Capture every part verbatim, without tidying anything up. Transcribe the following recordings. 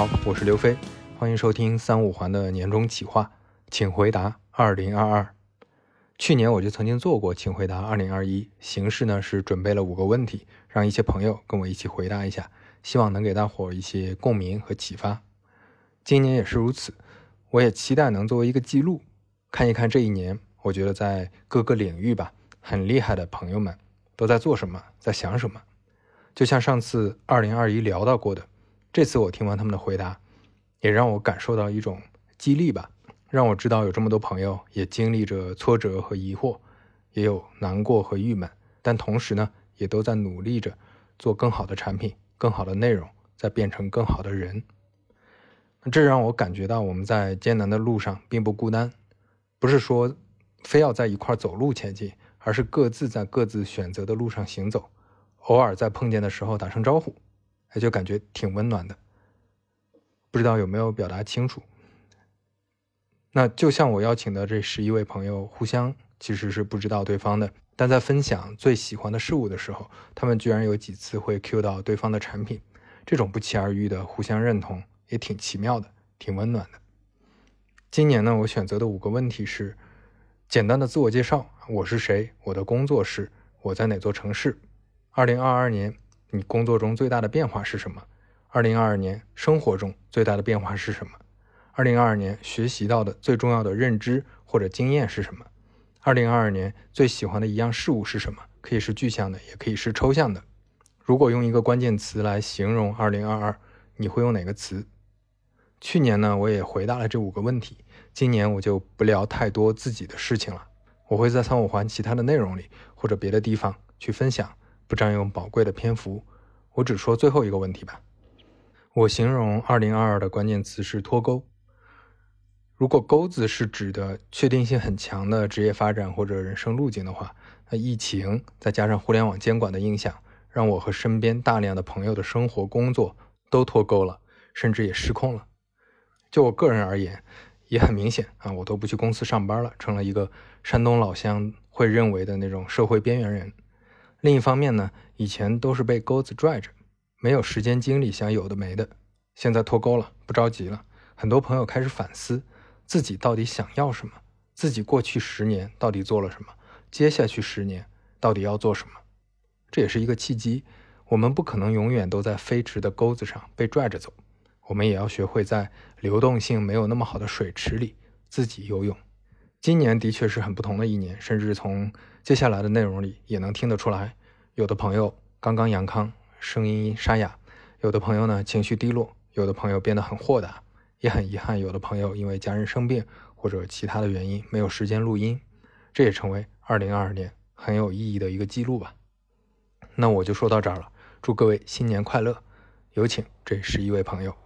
我是刘飞，欢迎收听三五环的年终企划，请回答二零二二。去年我就曾经做过请回答二零二一，形式呢是准备了五个问题，让一些朋友跟我一起回答一下，希望能给大伙一些共鸣和启发。今年也是如此，我也期待能作为一个记录，看一看这一年，我觉得在各个领域吧，很厉害的朋友们都在做什么，在想什么。就像上次二零二一聊到过的，这次我听完他们的回答，也让我感受到一种激励吧，让我知道有这么多朋友也经历着挫折和疑惑，也有难过和郁闷，但同时呢，也都在努力着做更好的产品，更好的内容，再变成更好的人。这让我感觉到我们在艰难的路上并不孤单，不是说非要在一块走路前进，而是各自在各自选择的路上行走，偶尔在碰见的时候打声招呼，也就感觉挺温暖的。不知道有没有表达清楚。那就像我邀请的这十一位朋友，互相其实是不知道对方的，但在分享最喜欢的事物的时候，他们居然有几次会 cue 到对方的产品，这种不期而遇的互相认同也挺奇妙的，挺温暖的。今年呢，我选择的五个问题是：简单的自我介绍，我是谁，我的工作是，我在哪座城市，二零二二年你工作中最大的变化是什么，二零二二年生活中最大的变化是什么，二零二二年学习到的最重要的认知或者经验是什么，二零二二年最喜欢的一样事物是什么，可以是具象的，也可以是抽象的。如果用一个关键词来形容二零二二，你会用哪个词？去年呢，我也回答了这五个问题，今年我就不聊太多自己的事情了，我会在三五环其他的内容里或者别的地方去分享，不占用宝贵的篇幅，我只说最后一个问题吧。我形容二零二二的关键词是脱钩。如果钩子是指的确定性很强的职业发展或者人生路径的话，那疫情再加上互联网监管的影响，让我和身边大量的朋友的生活工作都脱钩了，甚至也失控了。就我个人而言，也很明显啊，我都不去公司上班了，成了一个山东老乡会认为的那种社会边缘人。另一方面呢，以前都是被钩子拽着，没有时间精力想有的没的，现在脱钩了，不着急了。很多朋友开始反思自己到底想要什么，自己过去十年到底做了什么，接下去十年到底要做什么。这也是一个契机，我们不可能永远都在飞驰的钩子上被拽着走，我们也要学会在流动性没有那么好的水池里自己游泳。今年的确是很不同的一年，甚至从接下来的内容里也能听得出来，有的朋友刚刚阳康，声音沙哑，有的朋友呢情绪低落，有的朋友变得很豁达，也很遗憾有的朋友因为家人生病或者其他的原因没有时间录音，这也成为二零二二年很有意义的一个记录吧。那我就说到这儿了，祝各位新年快乐，有请这十一位朋友。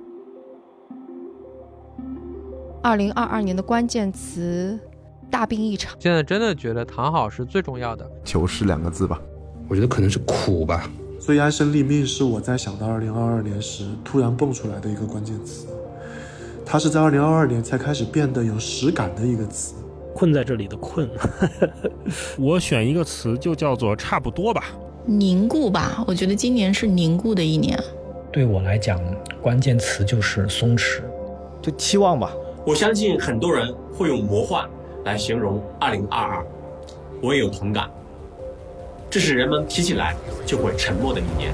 二零二二年的关键词大病一场。 现在真的觉得躺好是最重要的。 求是两个字吧， 我觉得可能是苦吧。 所以安身立命是我在想到二零二二年时突然蹦出来的一个关键词，它是在二零二二年才开始变得有实感的一个词。 困在这里的困我选一个词就叫做差不多吧。 凝固吧，我觉得今年是凝固的一年。 对我来讲，关键词就是松弛， 就期望吧。 我相信很多人会用魔幻来形容二零二二，我也有同感。这是人们提起来就会沉默的一年。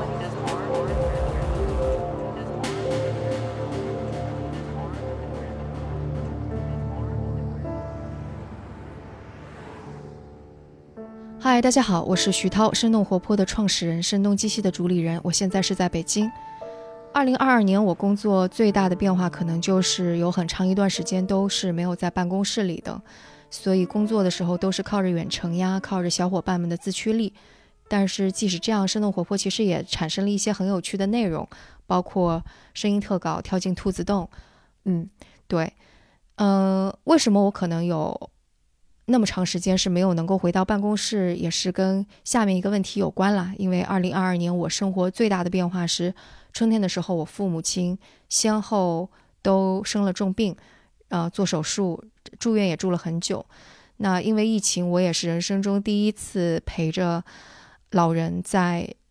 嗨，大家好，我是徐涛，生动活泼的创始人，声东击西的主理人。我现在是在北京。二零二二年我工作最大的变化可能就是有很长一段时间都是没有在办公室里的，所以工作的时候都是靠着远程呀，靠着小伙伴们的自驱力。但是即使这样，生动活泼其实也产生了一些很有趣的内容，包括声音特稿、跳进兔子洞。嗯，对，嗯、呃，为什么我可能有那么长时间是没有能够回到办公室，也是跟下面一个问题有关啦。因为二零二二年我生活最大的变化是，春天的时候我父母亲先后都生了重病，呃，做手术，住院也住了很久。那因为疫情，我也是人生中第一次陪着老人在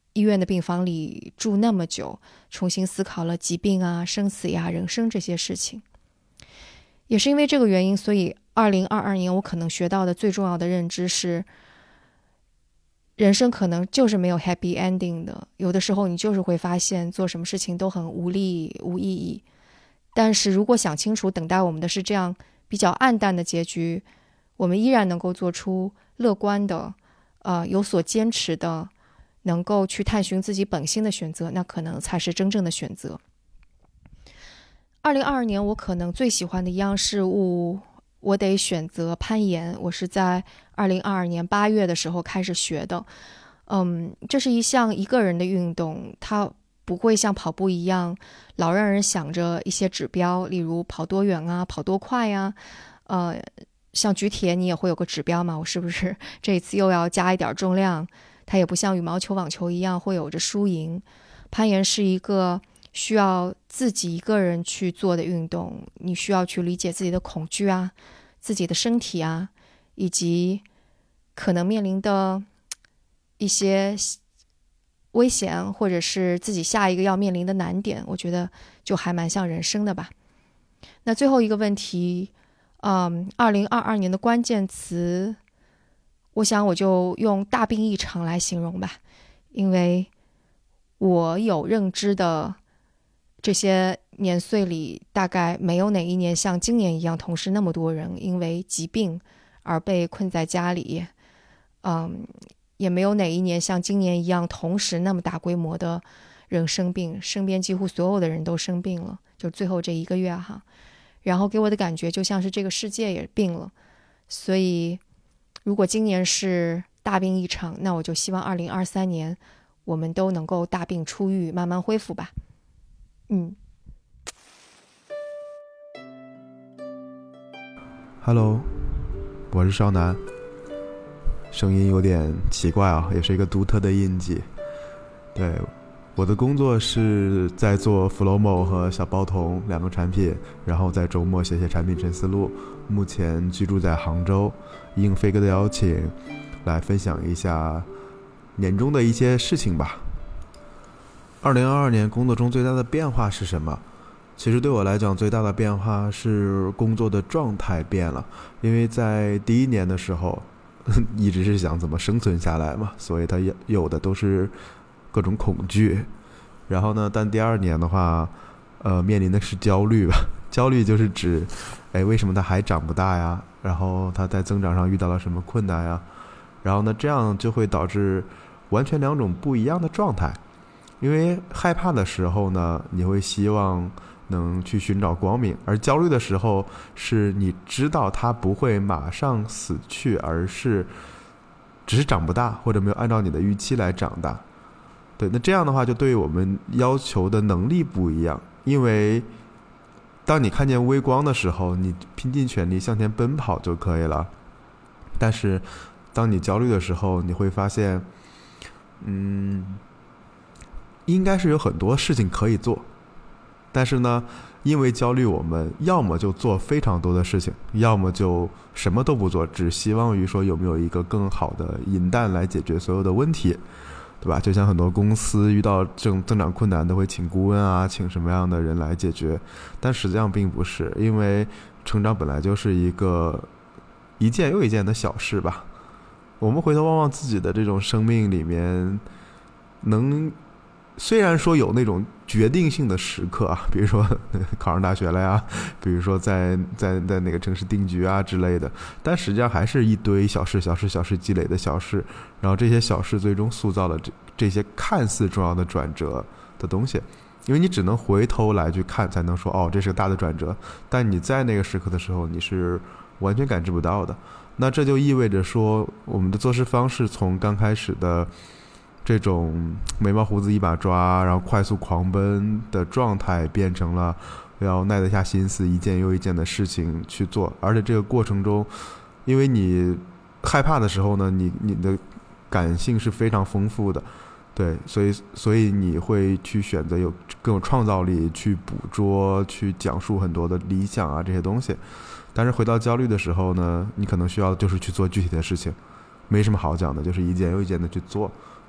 医院的病房里住那么久，重新思考了疾病啊、生死呀、人生这些事情。也是因为这个原因，所以二零二二年我可能学到的最重要的认知是，人生可能就是没有 happy ending 的，有的时候你就是会发现做什么事情都很无力无意义。但是如果想清楚等待我们的是这样比较暗淡的结局，我们依然能够做出乐观的呃，有所坚持的，能够去探寻自己本心的选择，那可能才是真正的选择。二零二二年我可能最喜欢的一样事物，我得选择攀岩。我是在二零二二年八月的时候开始学的。嗯，这是一项一个人的运动，它不会像跑步一样老让人想着一些指标，例如跑多远啊，跑多快呀、啊。呃，像举铁你也会有个指标嘛，我是不是这一次又要加一点重量？它也不像羽毛球、网球一样会有着输赢。攀岩是一个需要自己一个人去做的运动，你需要去理解自己的恐惧啊，自己的身体啊，以及可能面临的一些危险，或者是自己下一个要面临的难点，我觉得就还蛮像人生的吧。那最后一个问题，嗯，二零二二年的关键词，我想我就用大病一场来形容吧，因为我有认知的这些年岁里，大概没有哪一年像今年一样，同时那么多人因为疾病而被困在家里，嗯，也没有哪一年像今年一样，同时那么大规模的人生病，身边几乎所有的人都生病了，就最后这一个月哈，然后给我的感觉就像是这个世界也病了。所以如果今年是大病一场，那我就希望二零二三年我们都能够大病初愈，慢慢恢复吧。嗯 Hello， 我是少南，声音有点奇怪啊，也是一个独特的印记。对，我的工作是在做 Flowmo 和小包童两个产品，然后在周末写写产品陈思路。目前居住在杭州，应飞哥的邀请来分享一下年终的一些事情吧。二零二二年工作中最大的变化是什么？其实对我来讲最大的变化是工作的状态变了，因为在第一年的时候一直是想怎么生存下来嘛，所以他有的都是各种恐惧。然后呢，但第二年的话呃，面临的是焦虑吧。焦虑就是指哎，为什么它还长不大呀？然后它在增长上遇到了什么困难呀？然后呢，这样就会导致完全两种不一样的状态。因为害怕的时候呢，你会希望能去寻找光明，而焦虑的时候是你知道它不会马上死去，而是只是长不大，或者没有按照你的预期来长大。对，那这样的话就对我们要求的能力不一样。因为当你看见微光的时候，你拼尽全力向前奔跑就可以了，但是当你焦虑的时候，你会发现嗯应该是有很多事情可以做，但是呢，因为焦虑，我们要么就做非常多的事情，要么就什么都不做，只希望于说有没有一个更好的银弹来解决所有的问题，对吧？就像很多公司遇到增增长困难都会请顾问啊，请什么样的人来解决，但实际上并不是，因为成长本来就是一个一件又一件的小事吧。我们回头望望自己的这种生命里面，能虽然说有那种决定性的时刻啊，比如说考上大学了呀，比如说在在在哪个城市定居啊之类的，但实际上还是一堆小事小事小事积累的小事，然后这些小事最终塑造了这这些看似重要的转折的东西。因为你只能回头来去看才能说哦，这是个大的转折，但你在那个时刻的时候你是完全感知不到的。那这就意味着说，我们的做事方式从刚开始的这种眉毛胡子一把抓，然后快速狂奔的状态，变成了要耐得下心思一件又一件的事情去做。而且这个过程中，因为你害怕的时候呢，你你的感性是非常丰富的，对，所以所以你会去选择有更有创造力去捕捉，去讲述很多的理想啊这些东西。但是回到焦虑的时候呢，你可能需要就是去做具体的事情，没什么好讲的，就是一件又一件的去做。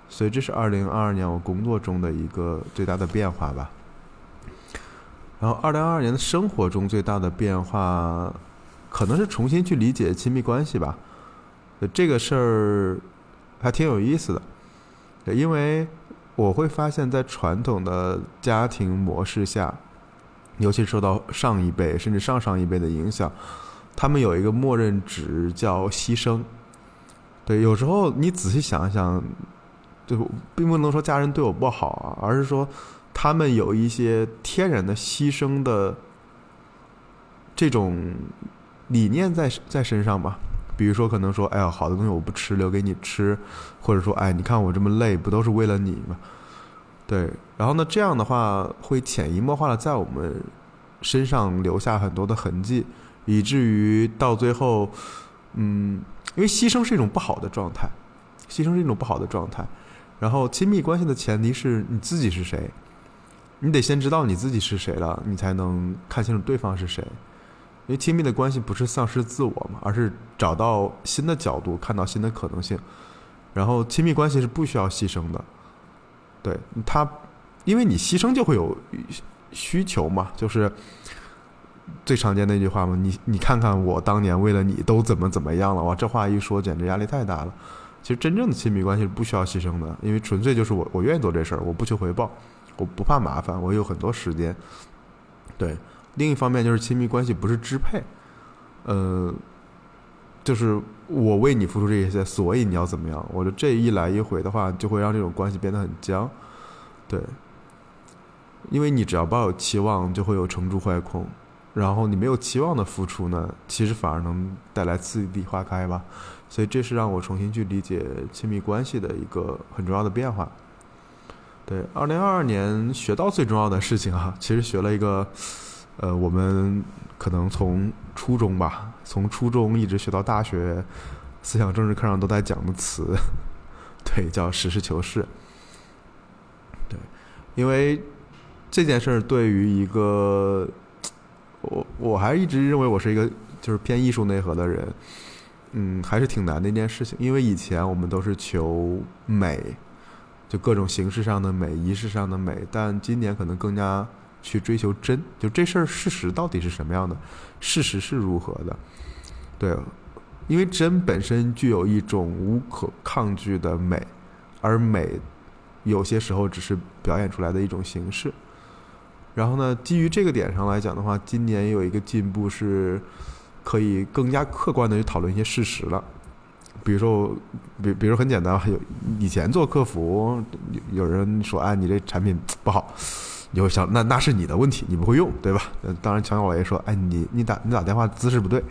所以这是二零二二年我工作中的一个最大的变化吧。然后二零二二年的生活中最大的变化可能是重新去理解亲密关系吧。这个事儿还挺有意思的，因为我会发现在传统的家庭模式下，尤其受到上一辈甚至上上一辈的影响，他们有一个默认值叫牺牲。对，有时候你仔细想一想，就并不能说家人对我不好啊，而是说他们有一些天然的牺牲的这种理念在在身上吧。比如说可能说，哎呀，好的东西我不吃，留给你吃，或者说，哎，你看我这么累，不都是为了你吗？对，然后呢，这样的话会潜移默化的在我们身上留下很多的痕迹，以至于到最后，嗯，因为牺牲是一种不好的状态，牺牲是一种不好的状态。然后亲密关系的前提是你自己是谁，你得先知道你自己是谁了，你才能看清楚对方是谁。因为亲密的关系不是丧失自我嘛，而是找到新的角度，看到新的可能性。然后亲密关系是不需要牺牲的，对他，因为你牺牲就会有需求嘛，就是最常见的一句话嘛，你你看看我当年为了你都怎么怎么样了，哇，这话一说简直压力太大了。其实真正的亲密关系是不需要牺牲的，因为纯粹就是我我愿意做这事儿，我不求回报，我不怕麻烦，我有很多时间。对，另一方面就是亲密关系不是支配，呃，就是我为你付出这些，所以你要怎么样？我觉得这一来一回的话，就会让这种关系变得很僵。对，因为你只要抱有期望，就会有成住坏空。然后你没有期望的付出呢，其实反而能带来次第花开吧。所以这是让我重新去理解亲密关系的一个很重要的变化。对，二零二二年学到最重要的事情啊，其实学了一个，呃，我们可能从初中吧，从初中一直学到大学，思想政治课上都在讲的词，对，叫实事求是。对，因为这件事对于一个，我我还一直认为我是一个就是偏艺术内核的人，嗯，还是挺难的一件事情。因为以前我们都是求美，就各种形式上的美，仪式上的美，但今年可能更加去追求真，就这事儿事实到底是什么样的，事实是如何的。对，因为真本身具有一种无可抗拒的美，而美有些时候只是表演出来的一种形式。然后呢，基于这个点上来讲的话，今年有一个进步是可以更加客观的去讨论一些事实了。比如说，比比如很简单，有以前做客服，有人说，哎，你这产品不好，你会想，那那是你的问题，你不会用，对吧？当然，强小老爷说，哎，你你打你打电话姿势不对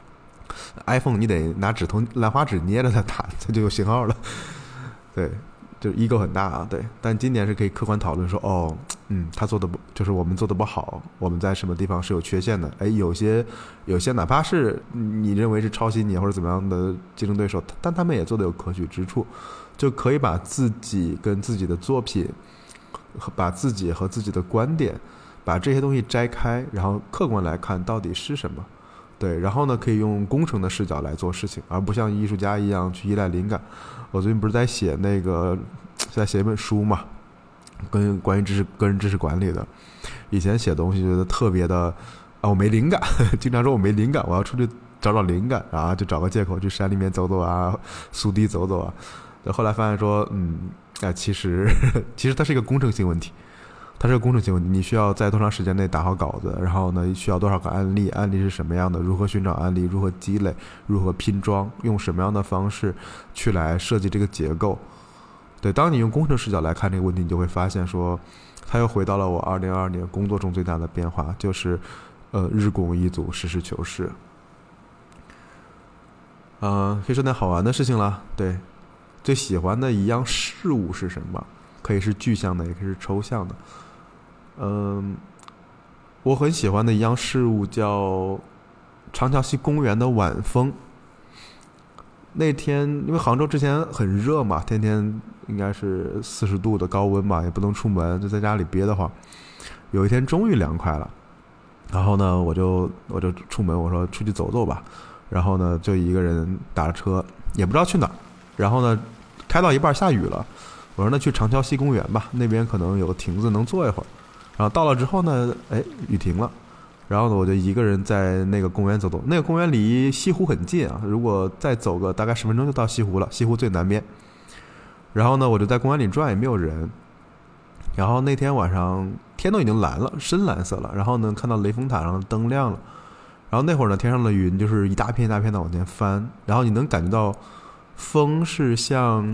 ，iPhone 你得拿指头兰花指捏着它打，它就有信号了。对，就 ego 很大啊，对。但今年是可以客观讨论说，哦，嗯，他做的不，就是我们做的不好，我们在什么地方是有缺陷的。哎，有些有些哪怕是你认为是抄袭你或者怎么样的竞争对手，但他们也做的有可取之处，就可以把自己跟自己的作品，把自己和自己的观点，把这些东西摘开，然后客观来看到底是什么。对，然后呢，可以用工程的视角来做事情，而不像艺术家一样去依赖灵感。我最近不是在写那个，在写一本书嘛，跟关于知识个人知识管理的。以前写东西觉得特别的啊，我没灵感，经常说我没灵感，我要出去找找灵感，然后就找个借口去山里面走走啊，苏堤走走啊。后来发现说，嗯，哎，其实其实它是一个工程性问题。它是个工程性问题，你需要在多长时间内打好稿子，然后呢，需要多少个案例，案例是什么样的，如何寻找案例，如何积累，如何拼装，用什么样的方式去来设计这个结构。对，当你用工程视角来看这个问题，你就会发现说，它又回到了我二零二二年工作中最大的变化，就是呃日拱一卒，实事求是。呃，可以说点好玩的事情了。对，最喜欢的一样事物是什么？可以是具象的，也可以是抽象的。嗯，我很喜欢的一样事物叫长桥西公园的晚风。那天因为杭州之前很热嘛，天天应该是四十度的高温嘛，也不能出门，就在家里憋得慌。有一天终于凉快了，然后呢，我就我就出门，我说出去走走吧。然后呢，就一个人打着车，也不知道去哪儿。然后呢，开到一半下雨了。 我说那去长桥西公园吧，那边可能有个亭子能坐一会儿。然后到了之后呢，哎，雨停了，然后呢我就一个人在那个公园走动。那个公园离西湖很近啊，如果再走个大概十分钟就到西湖了，西湖最南边。然后呢我就在公园里转，也没有人。然后那天晚上天都已经蓝了，深蓝色了，然后呢看到雷峰塔上的灯亮了，然后那会儿呢天上的云就是一大片一大片的往前翻，然后你能感觉到风是像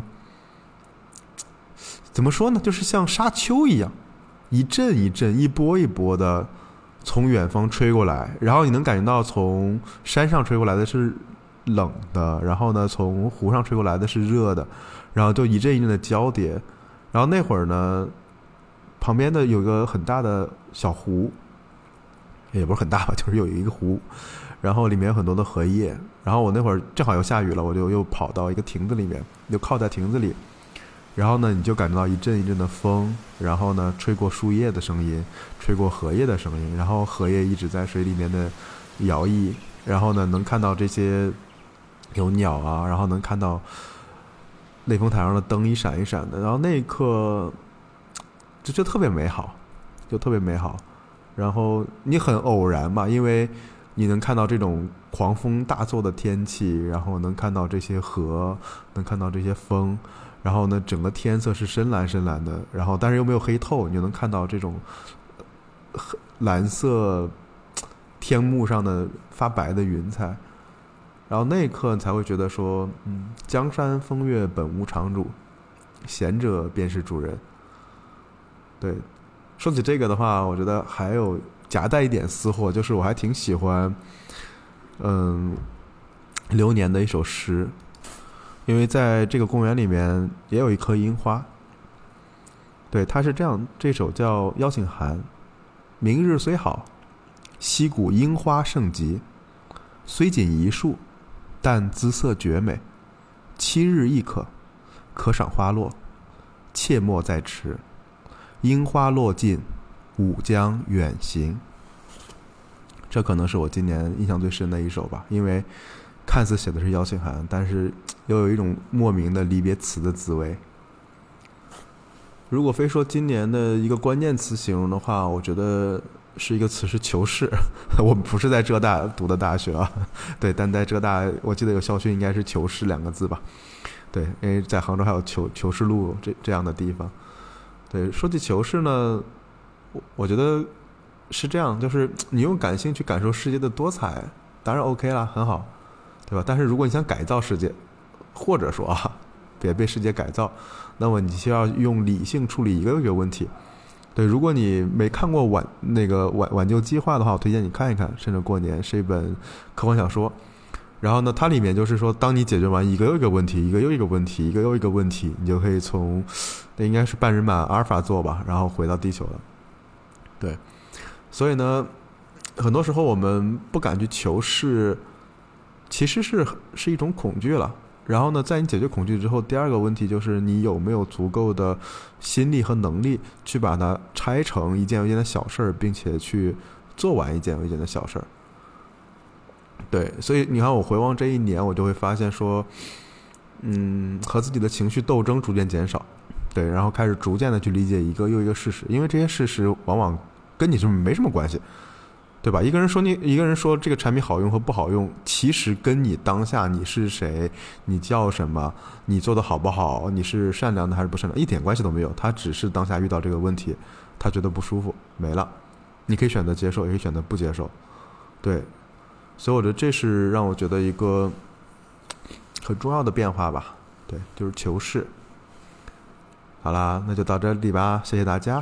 怎么说呢，就是像沙丘一样，一阵一阵一波一波的从远方吹过来，然后你能感觉到从山上吹过来的是冷的，然后呢从湖上吹过来的是热的，然后就一阵一阵的交叠。然后那会儿呢旁边的有一个很大的小湖，也不是很大吧，就是有一个湖，然后里面有很多的荷叶。然后我那会儿正好又下雨了，我就又跑到一个亭子里面，就靠在亭子里。然后呢你就感觉到一阵一阵的风，然后呢吹过树叶的声音，吹过荷叶的声音，然后荷叶一直在水里面的摇曳，然后呢能看到这些有鸟啊，然后能看到雷峰塔上的灯一闪一闪的，然后那一刻就就特别美好，就特别美好。然后你很偶然嘛，因为你能看到这种狂风大作的天气，然后能看到这些河，能看到这些风，然后呢整个天色是深蓝深蓝的，然后但是又没有黑透，你就能看到这种蓝色天幕上的发白的云彩。然后那一刻才会觉得说，嗯，江山风月本无常主，闲者便是主人。对，说起这个的话，我觉得还有夹带一点私货，就是我还挺喜欢嗯流年的一首诗，因为在这个公园里面也有一棵樱花。对，它是这样，这首叫邀请函。明日虽好，溪谷樱花盛极，虽仅一树，但姿色绝美。七日亦可，可赏花落，切莫再迟。樱花落尽，吾将远行。这可能是我今年印象最深的一首吧，因为看似写的是邀请函，但是又有一种莫名的离别词的滋味。如果非说今年的一个关键词形容的话，我觉得是一个词是求是。我不是在浙大读的大学啊，对，但在浙大我记得有校训应该是求是两个字吧。对，因为在杭州还有求求是路这这样的地方。对，说起求是呢，我我觉得是这样，就是你用感性去感受世界的多彩，当然 OK 啦，很好，对吧？但是如果你想改造世界，或者说啊，别被世界改造，那么你需要用理性处理一个一个问题。对，如果你没看过挽那个挽挽救计划的话，我推荐你看一看。甚至过年是一本科幻小说，然后呢，它里面就是说，当你解决完一个又一个问题，一个又一个问题，一个又一个问题，你就可以从那应该是半人马阿尔法座吧，然后回到地球了。对，所以呢，很多时候我们不敢去求是，其实是是一种恐惧了。然后呢，在你解决恐惧之后，第二个问题就是你有没有足够的心力和能力去把它拆成一件一件的小事儿，并且去做完一件一件的小事儿。对，所以你看我回望这一年，我就会发现说，嗯，和自己的情绪斗争逐渐减少，对，然后开始逐渐的去理解一个又一个事实，因为这些事实往往跟你是没什么关系，对吧？一个人说你一个人说这个产品好用和不好用，其实跟你当下你是谁，你叫什么，你做的好不好，你是善良的还是不善良，一点关系都没有。他只是当下遇到这个问题，他觉得不舒服，没了。你可以选择接受，也可以选择不接受，对。所以我觉得这是让我觉得一个很重要的变化吧，对，就是求是。好啦，那就到这里吧，谢谢大家。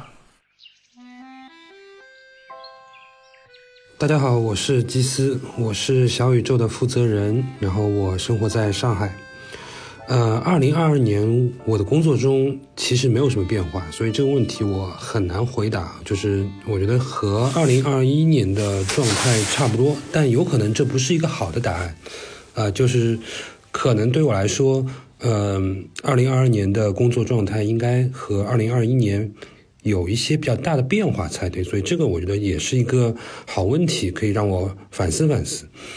大家好，我是基斯，我是小宇宙的负责人，然后我生活在上海。呃，二零二二年我的工作中其实没有什么变化，所以这个问题我很难回答。就是我觉得和二零二一年的状态差不多，但有可能这不是一个好的答案。啊、呃，就是可能对我来说，嗯、呃，二零二二年的工作状态应该和二零二一年有一些比较大的变化才对，所以这个我觉得也是一个好问题，可以让我反思反思。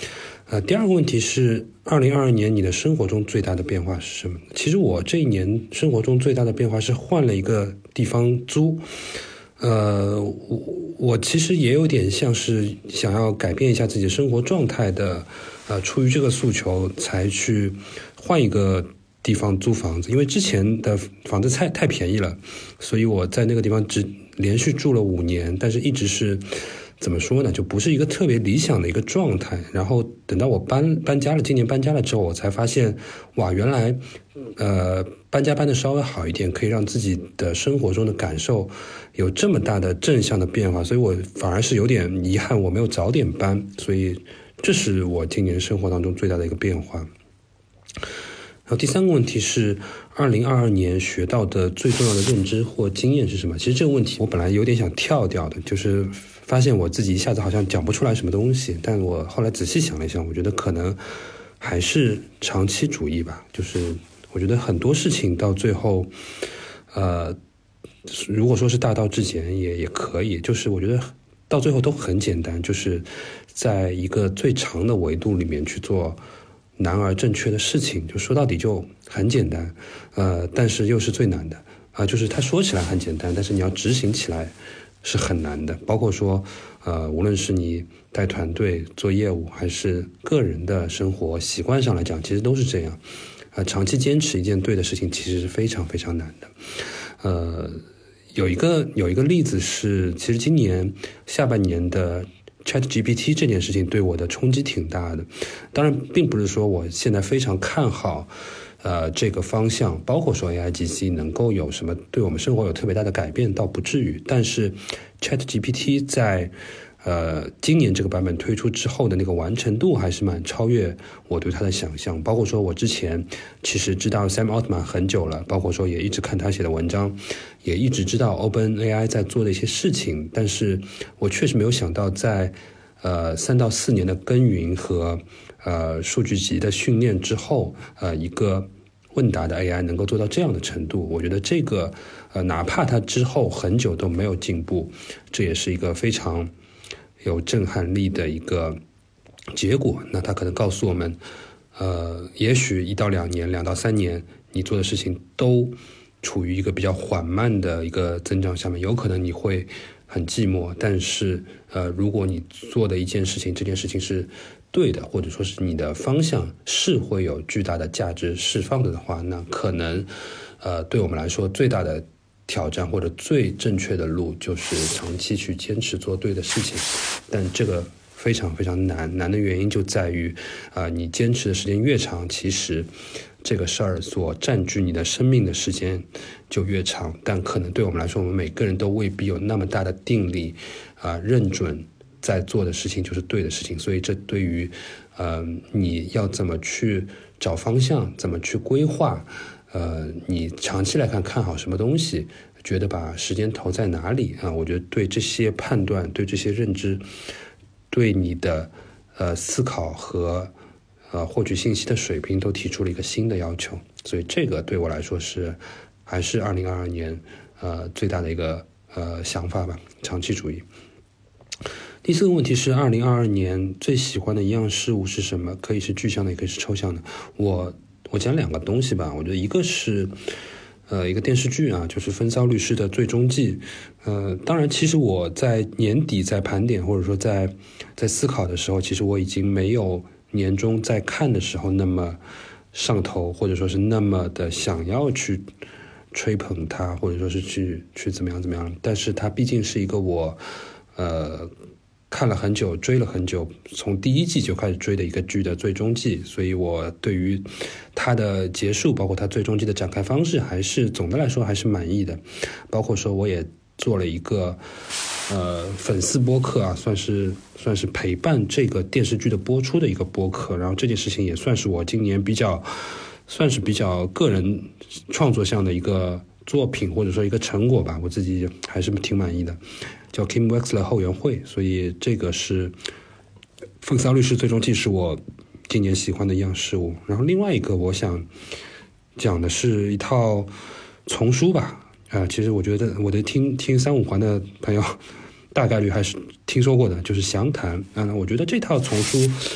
呃，第二个问题是，二零二二年你的生活中最大的变化是什么？其实我这一年生活中最大的变化是换了一个地方租。呃，我我其实也有点像是想要改变一下自己的生活状态的，呃，出于这个诉求才去换一个地方租房子，因为之前的房子太太便宜了，所以我在那个地方只连续住了五年，但是一直是怎么说呢，就不是一个特别理想的一个状态。然后等到我搬搬家了，今年搬家了之后，我才发现，哇，原来呃搬家搬的稍微好一点，可以让自己的生活中的感受有这么大的正向的变化，所以我反而是有点遗憾我没有早点搬，所以这是我今年生活当中最大的一个变化。然后第三个问题是二零二二年学到的最重要的认知或经验是什么？其实这个问题我本来有点想跳掉的，就是发现我自己一下子好像讲不出来什么东西，但我后来仔细想了一想，我觉得可能还是长期主义吧。就是我觉得很多事情到最后呃，如果说是大道至简也也可以，就是我觉得到最后都很简单，就是在一个最长的维度里面去做难而正确的事情，就说到底就很简单，呃，但是又是最难的啊、呃，就是他说起来很简单，但是你要执行起来是很难的。包括说，呃，无论是你带团队做业务，还是个人的生活习惯上来讲，其实都是这样。呃，长期坚持一件对的事情，其实是非常非常难的。呃，有一个有一个例子是，其实今年下半年的ChatGPT 这件事情对我的冲击挺大的，当然并不是说我现在非常看好呃这个方向，包括说 A I G C 能够有什么对我们生活有特别大的改变倒不至于，但是 ChatGPT 在呃今年这个版本推出之后的那个完成度还是蛮超越我对它的想象，包括说我之前其实知道 Sam Altman 很久了，包括说也一直看他写的文章，也一直知道 OpenAI 在做的一些事情，但是我确实没有想到在呃三到四年的耕耘和呃数据集的训练之后，呃一个问答的 A I 能够做到这样的程度，我觉得这个呃哪怕它之后很久都没有进步，这也是一个非常有震撼力的一个结果。那它可能告诉我们，呃，也许一到两年、两到三年，你做的事情都处于一个比较缓慢的一个增长下面，有可能你会很寂寞，但是呃，如果你做的一件事情，这件事情是对的，或者说是你的方向是会有巨大的价值释放的的话，那可能呃，对我们来说最大的挑战或者最正确的路就是长期去坚持做对的事情，但这个非常非常难，难的原因就在于啊、呃，你坚持的时间越长，其实这个事儿所占据你的生命的时间就越长，但可能对我们来说，我们每个人都未必有那么大的定力啊、呃，认准在做的事情就是对的事情，所以这对于呃你要怎么去找方向，怎么去规划，呃，你长期来看看好什么东西，觉得把时间投在哪里啊？我觉得对这些判断，对这些认知，对你的呃思考和呃获取信息的水平都提出了一个新的要求，所以这个对我来说是还是二零二二年呃最大的一个呃想法吧，长期主义。第四个问题是二零二二年最喜欢的一样事物是什么？可以是具象的，也可以是抽象的。我我讲两个东西吧，我觉得一个是呃一个电视剧啊，就是《风骚律师的最终季》。呃，当然，其实我在年底在盘点或者说在在思考的时候，其实我已经没有年终在看的时候那么上头，或者说是那么的想要去吹捧它，或者说是去去怎么样怎么样。但是它毕竟是一个我呃。看了很久，追了很久，从第一季就开始追的一个剧的最终季，所以我对于它的结束，包括它最终季的展开方式，还是总的来说还是满意的。包括说我也做了一个呃粉丝播客啊，算是算是陪伴这个电视剧的播出的一个播客，然后这件事情也算是我今年比较算是比较个人创作上的一个作品，或者说一个成果吧，我自己还是挺满意的。叫 Kim Wexler 后援会，所以这个是风骚律师最终季是我今年喜欢的一样事物。然后另外一个我想讲的是一套丛书吧，啊、呃，其实我觉得我的听听三五环的朋友大概率还是听说过的，就是详谈啊、呃。我觉得这套丛书，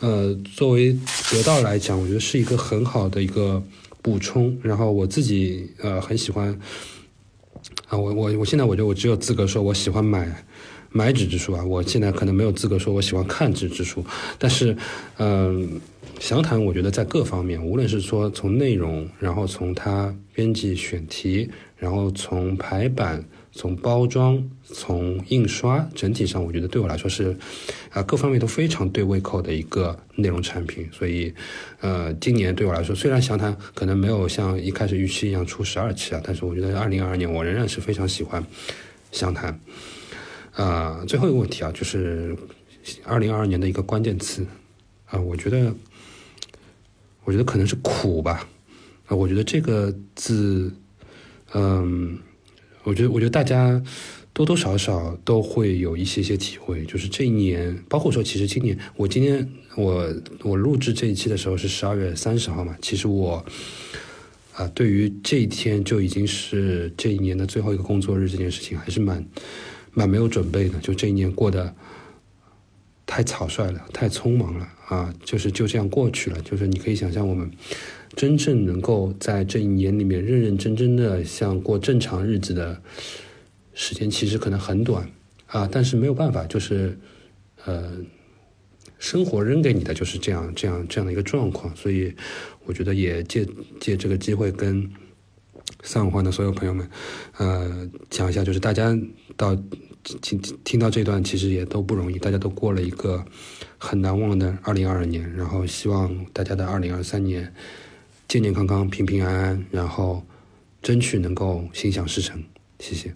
呃，作为得到来讲，我觉得是一个很好的一个补充。然后我自己呃很喜欢啊，我我我现在我觉得我只有资格说我喜欢买买纸质书啊，我现在可能没有资格说我喜欢看纸质书。但是，嗯、呃，详谈我觉得在各方面，无论是说从内容，然后从它编辑选题，然后从排版，从包装，从印刷，整体上我觉得对我来说是啊、呃、各方面都非常对胃口的一个内容产品。所以呃今年对我来说，虽然详谈可能没有像一开始预期一样出十二期啊，但是我觉得二零二二年我仍然是非常喜欢详谈。啊、呃、最后一个问题啊，就是二零二二年的一个关键词啊、呃、我觉得我觉得可能是苦吧。啊、呃、我觉得这个字嗯我觉得，我觉得大家多多少少都会有一些些体会，就是这一年，包括说，其实今年，我今天我我录制这一期的时候是十二月三十号嘛，其实我啊、呃，对于这一天就已经是这一年的最后一个工作日这件事情，还是蛮蛮没有准备的，就这一年过得太草率了，太匆忙了啊，就是就这样过去了，就是你可以想象我们真正能够在这一年里面认认真真的像过正常日子的时间其实可能很短啊，但是没有办法，就是呃，生活扔给你的就是这样这样这样的一个状况。所以我觉得也借借这个机会跟三五环的所有朋友们呃讲一下，就是大家到听听到这段其实也都不容易，大家都过了一个很难忘的二零二二年，然后希望大家的二零二三年健健康康、平平安安，然后争取能够心想事成。谢谢。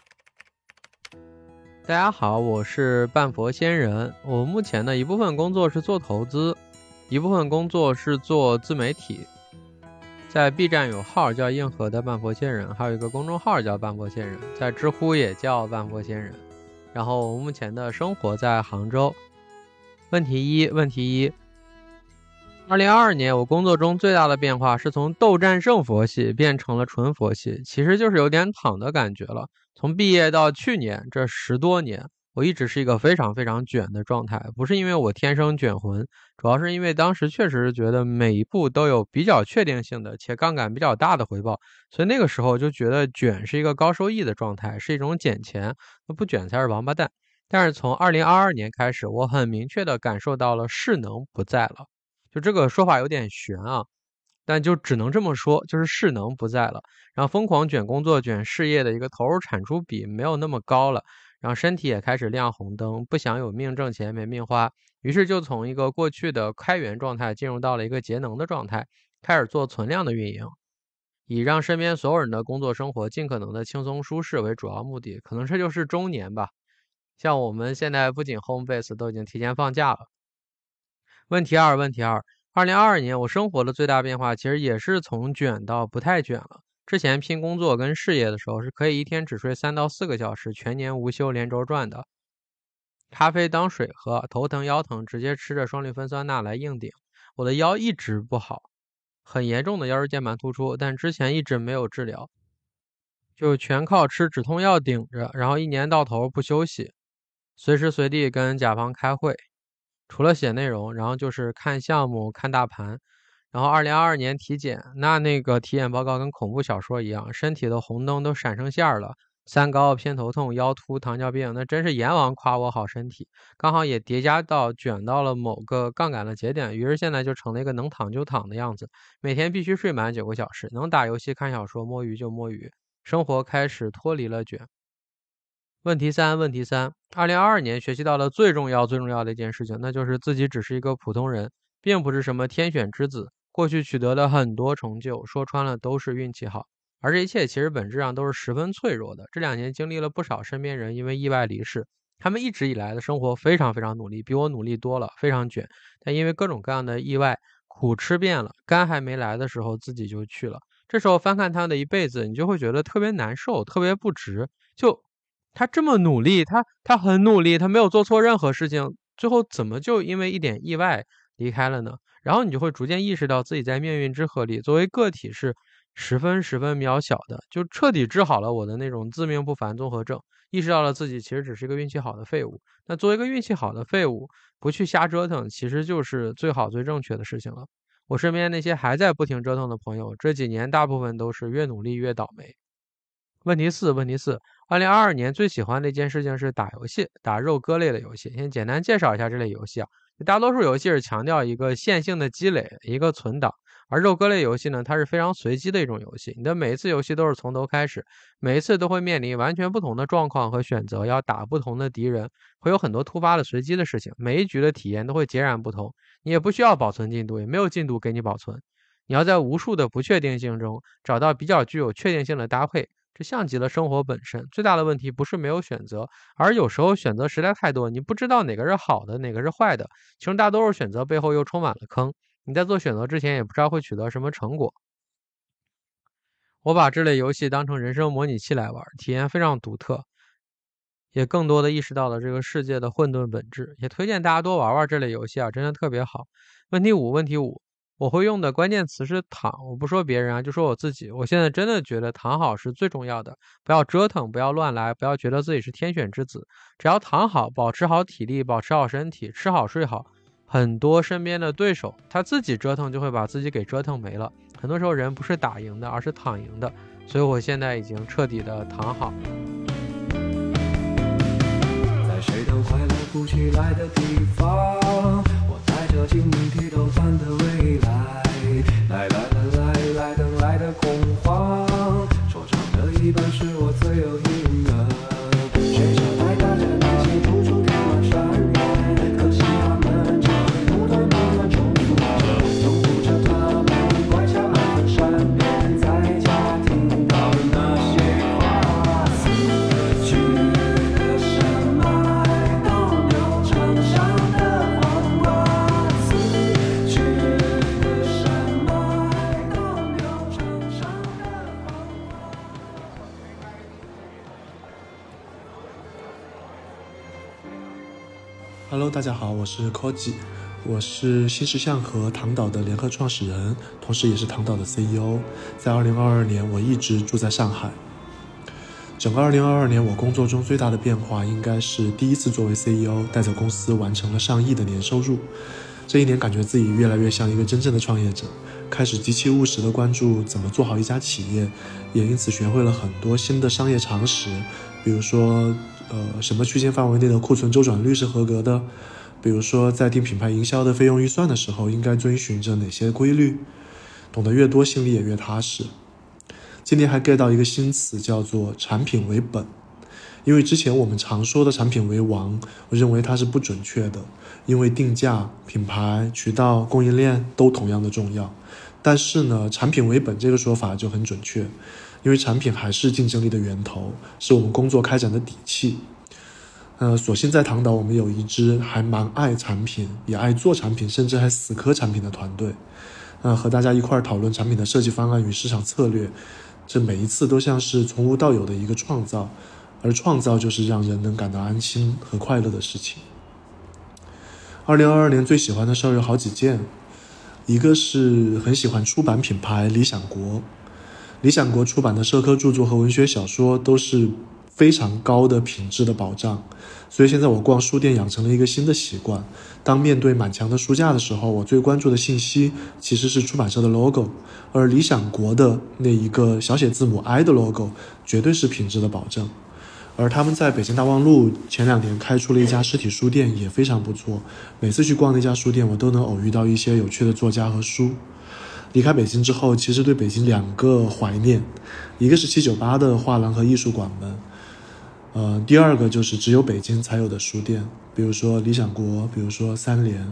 大家好，我是半佛仙人。我目前的一部分工作是做投资，一部分工作是做自媒体。在 B 站有号叫硬核的半佛仙人，还有一个公众号叫半佛仙人，在知乎也叫半佛仙人。然后我目前的生活在杭州。问题一，问题一。二零二二年我工作中最大的变化是从斗战胜佛系变成了纯佛系，其实就是有点躺的感觉了。从毕业到去年这十多年，我一直是一个非常非常卷的状态，不是因为我天生卷魂，主要是因为当时确实觉得每一步都有比较确定性的且杠杆比较大的回报，所以那个时候就觉得卷是一个高收益的状态，是一种捡钱，那不卷才是王八蛋。但是从二零二二年开始，我很明确的感受到了势能不在了。就这个说法有点悬啊，但就只能这么说，就是势能不在了。然后疯狂卷工作、卷事业的一个投入产出比没有那么高了，然后身体也开始亮红灯，不想有命挣钱没命花，于是就从一个过去的开源状态进入到了一个节能的状态，开始做存量的运营，以让身边所有人的工作生活尽可能的轻松舒适为主要目的。可能这就是中年吧。像我们现在不仅 home base 都已经提前放假了。问题二，问题二，二零二二年我生活的最大变化其实也是从卷到不太卷了。之前拼工作跟事业的时候是可以一天只睡三到四个小时，全年无休连轴转的。咖啡当水喝，头疼腰疼直接吃着双氯芬酸钠来硬顶。我的腰一直不好，很严重的腰椎间盘突出，但之前一直没有治疗，就全靠吃止痛药顶着，然后一年到头不休息，随时随地跟甲方开会。除了写内容，然后就是看项目、看大盘。然后二零二二年体检，那那个体检报告跟恐怖小说一样，身体的红灯都闪成线了，三高、偏头痛、腰突、糖尿病，那真是阎王夸我好身体。刚好也叠加到卷到了某个杠杆的节点，于是现在就成了一个能躺就躺的样子，每天必须睡满九个小时，能打游戏、看小说、摸鱼就摸鱼，生活开始脱离了卷。问题三，问题三，二零二二年学习到了最重要最重要的一件事情，那就是自己只是一个普通人，并不是什么天选之子。过去取得的很多成就，说穿了都是运气好，而这一切其实本质上都是十分脆弱的。这两年经历了不少身边人因为意外离世，他们一直以来的生活非常非常努力，比我努力多了，非常卷，但因为各种各样的意外，苦吃遍了，肝还没来的时候自己就去了。这时候翻看他的一辈子，你就会觉得特别难受，特别不值。就他这么努力，他他很努力，他没有做错任何事情，最后怎么就因为一点意外离开了呢？然后你就会逐渐意识到自己在命运之河里，作为个体是十分十分渺小的，就彻底治好了我的那种自命不凡综合症，意识到了自己其实只是一个运气好的废物。那作为一个运气好的废物，不去瞎折腾，其实就是最好最正确的事情了。我身边那些还在不停折腾的朋友，这几年大部分都是越努力越倒霉。问题四，问题四，二零二二年最喜欢的一件事情是打游戏，打肉鸽类的游戏。先简单介绍一下这类游戏啊，大多数游戏是强调一个线性的积累，一个存档。而肉鸽类游戏呢，它是非常随机的一种游戏，你的每一次游戏都是从头开始，每一次都会面临完全不同的状况和选择，要打不同的敌人，会有很多突发的随机的事情，每一局的体验都会截然不同，你也不需要保存进度，也没有进度给你保存，你要在无数的不确定性中找到比较具有确定性的搭配，这像极了生活本身。最大的问题不是没有选择，而有时候选择实在太多，你不知道哪个是好的，哪个是坏的，其中大多数选择背后又充满了坑，你在做选择之前也不知道会取得什么成果。我把这类游戏当成人生模拟器来玩，体验非常独特，也更多的意识到了这个世界的混沌本质，也推荐大家多玩玩这类游戏啊，真的特别好。问题五，问题五，我会用的关键词是躺，我不说别人啊，就说我自己。我现在真的觉得躺好是最重要的，不要折腾，不要乱来，不要觉得自己是天选之子，只要躺好，保持好体力，保持好身体，吃好睡好。很多身边的对手他自己折腾就会把自己给折腾没了，很多时候人不是打赢的，而是躺赢的，所以我现在已经彻底的躺好。 在谁都快乐不起来的地方，我带着晶莹剔透般的未来，来来来来来等来的恐慌，说唱的一半是我最有赢的。学校带大家一起突出开满山原，可惜他们只会不断不断重复着，重复着他们乖巧安分善变在家听到的那些话。死去的山脉都流长上的黄瓜，死去的山脉都流长上的黄瓜。 Hello， 大家好，我是 Koji， 我是新石像和唐岛的联合创始人，同时也是唐岛的 C E O。在二零二二年，我一直住在上海。整个二零二二年，我工作中最大的变化应该是第一次作为 C E O， 带着公司完成了上亿的年收入。这一年感觉自己越来越像一个真正的创业者，开始极其务实的关注怎么做好一家企业，也因此学会了很多新的商业常识，比如说呃，什么区间范围内的库存周转率是合格的，比如说在定品牌营销的费用预算的时候应该遵循着哪些规律，懂得越多心里也越踏实。今年还 get 到一个新词叫做产品为本，因为之前我们常说的产品为王，我认为它是不准确的，因为定价、品牌、渠道、供应链都同样的重要。但是呢，产品为本这个说法就很准确，因为产品还是竞争力的源头，是我们工作开展的底气。呃，所幸在唐岛我们有一支还蛮爱产品，也爱做产品，甚至还死磕产品的团队。呃，和大家一块讨论产品的设计方案与市场策略，这每一次都像是从无到有的一个创造，而创造就是让人能感到安心和快乐的事情。二零二二年最喜欢的事儿有好几件，一个是很喜欢出版品牌理想国。理想国出版的社科著作和文学小说都是非常高的品质的保障，所以现在我逛书店养成了一个新的习惯，当面对满墙的书架的时候，我最关注的信息其实是出版社的 logo， 而理想国的那一个小写字母 I 的 logo 绝对是品质的保证。而他们在北京大望路前两年开出了一家实体书店，也非常不错，每次去逛那家书店我都能偶遇到一些有趣的作家和书。离开北京之后，其实对北京两个怀念，一个是七九八的画廊和艺术馆们，呃，第二个就是只有北京才有的书店，比如说理想国，比如说三联。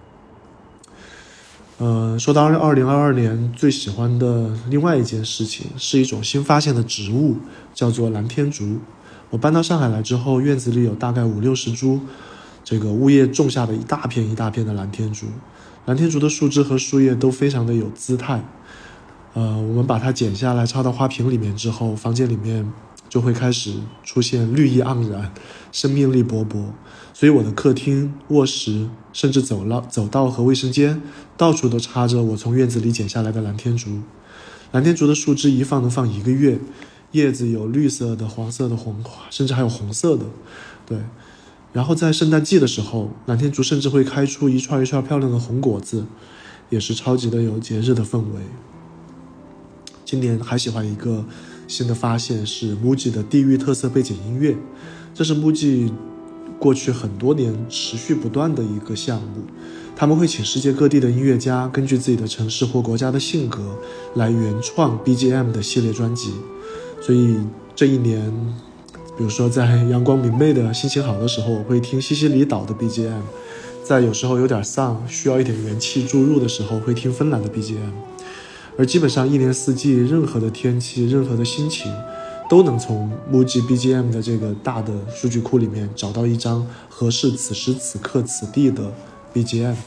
呃，说到二零二二年最喜欢的另外一件事情，是一种新发现的植物，叫做蓝天竹。我搬到上海来之后，院子里有大概五六十株这个物业种下的一大片一大片的蓝天竹。蓝天竹的树枝和树叶都非常的有姿态，呃，我们把它剪下来插到花瓶里面之后，房间里面就会开始出现绿意盎然，生命力勃勃。所以我的客厅、卧室，甚至走廊、走道和卫生间，到处都插着我从院子里剪下来的蓝天竹。 蓝天竹的树枝一放能放一个月，叶子有绿色的、黄色的、红，甚至还有红色的。对，然后在圣诞季的时候，蓝天竹甚至会开出一串一串漂亮的红果子，也是超级的有节日的氛围。今年还喜欢一个新的发现是 Muji 的地域特色背景音乐，这是 Muji 过去很多年持续不断的一个项目。他们会请世界各地的音乐家根据自己的城市或国家的性格来原创 B G M 的系列专辑。所以这一年，比如说在阳光明媚的心情好的时候，我会听西西里岛的 B G M， 在有时候有点丧需要一点元气注入的时候会听芬兰的 B G M。而基本上一年四季，任何的天气，任何的心情，都能从 Muji B G M 的这个大的数据库里面找到一张合适此时此刻此地的 B G M。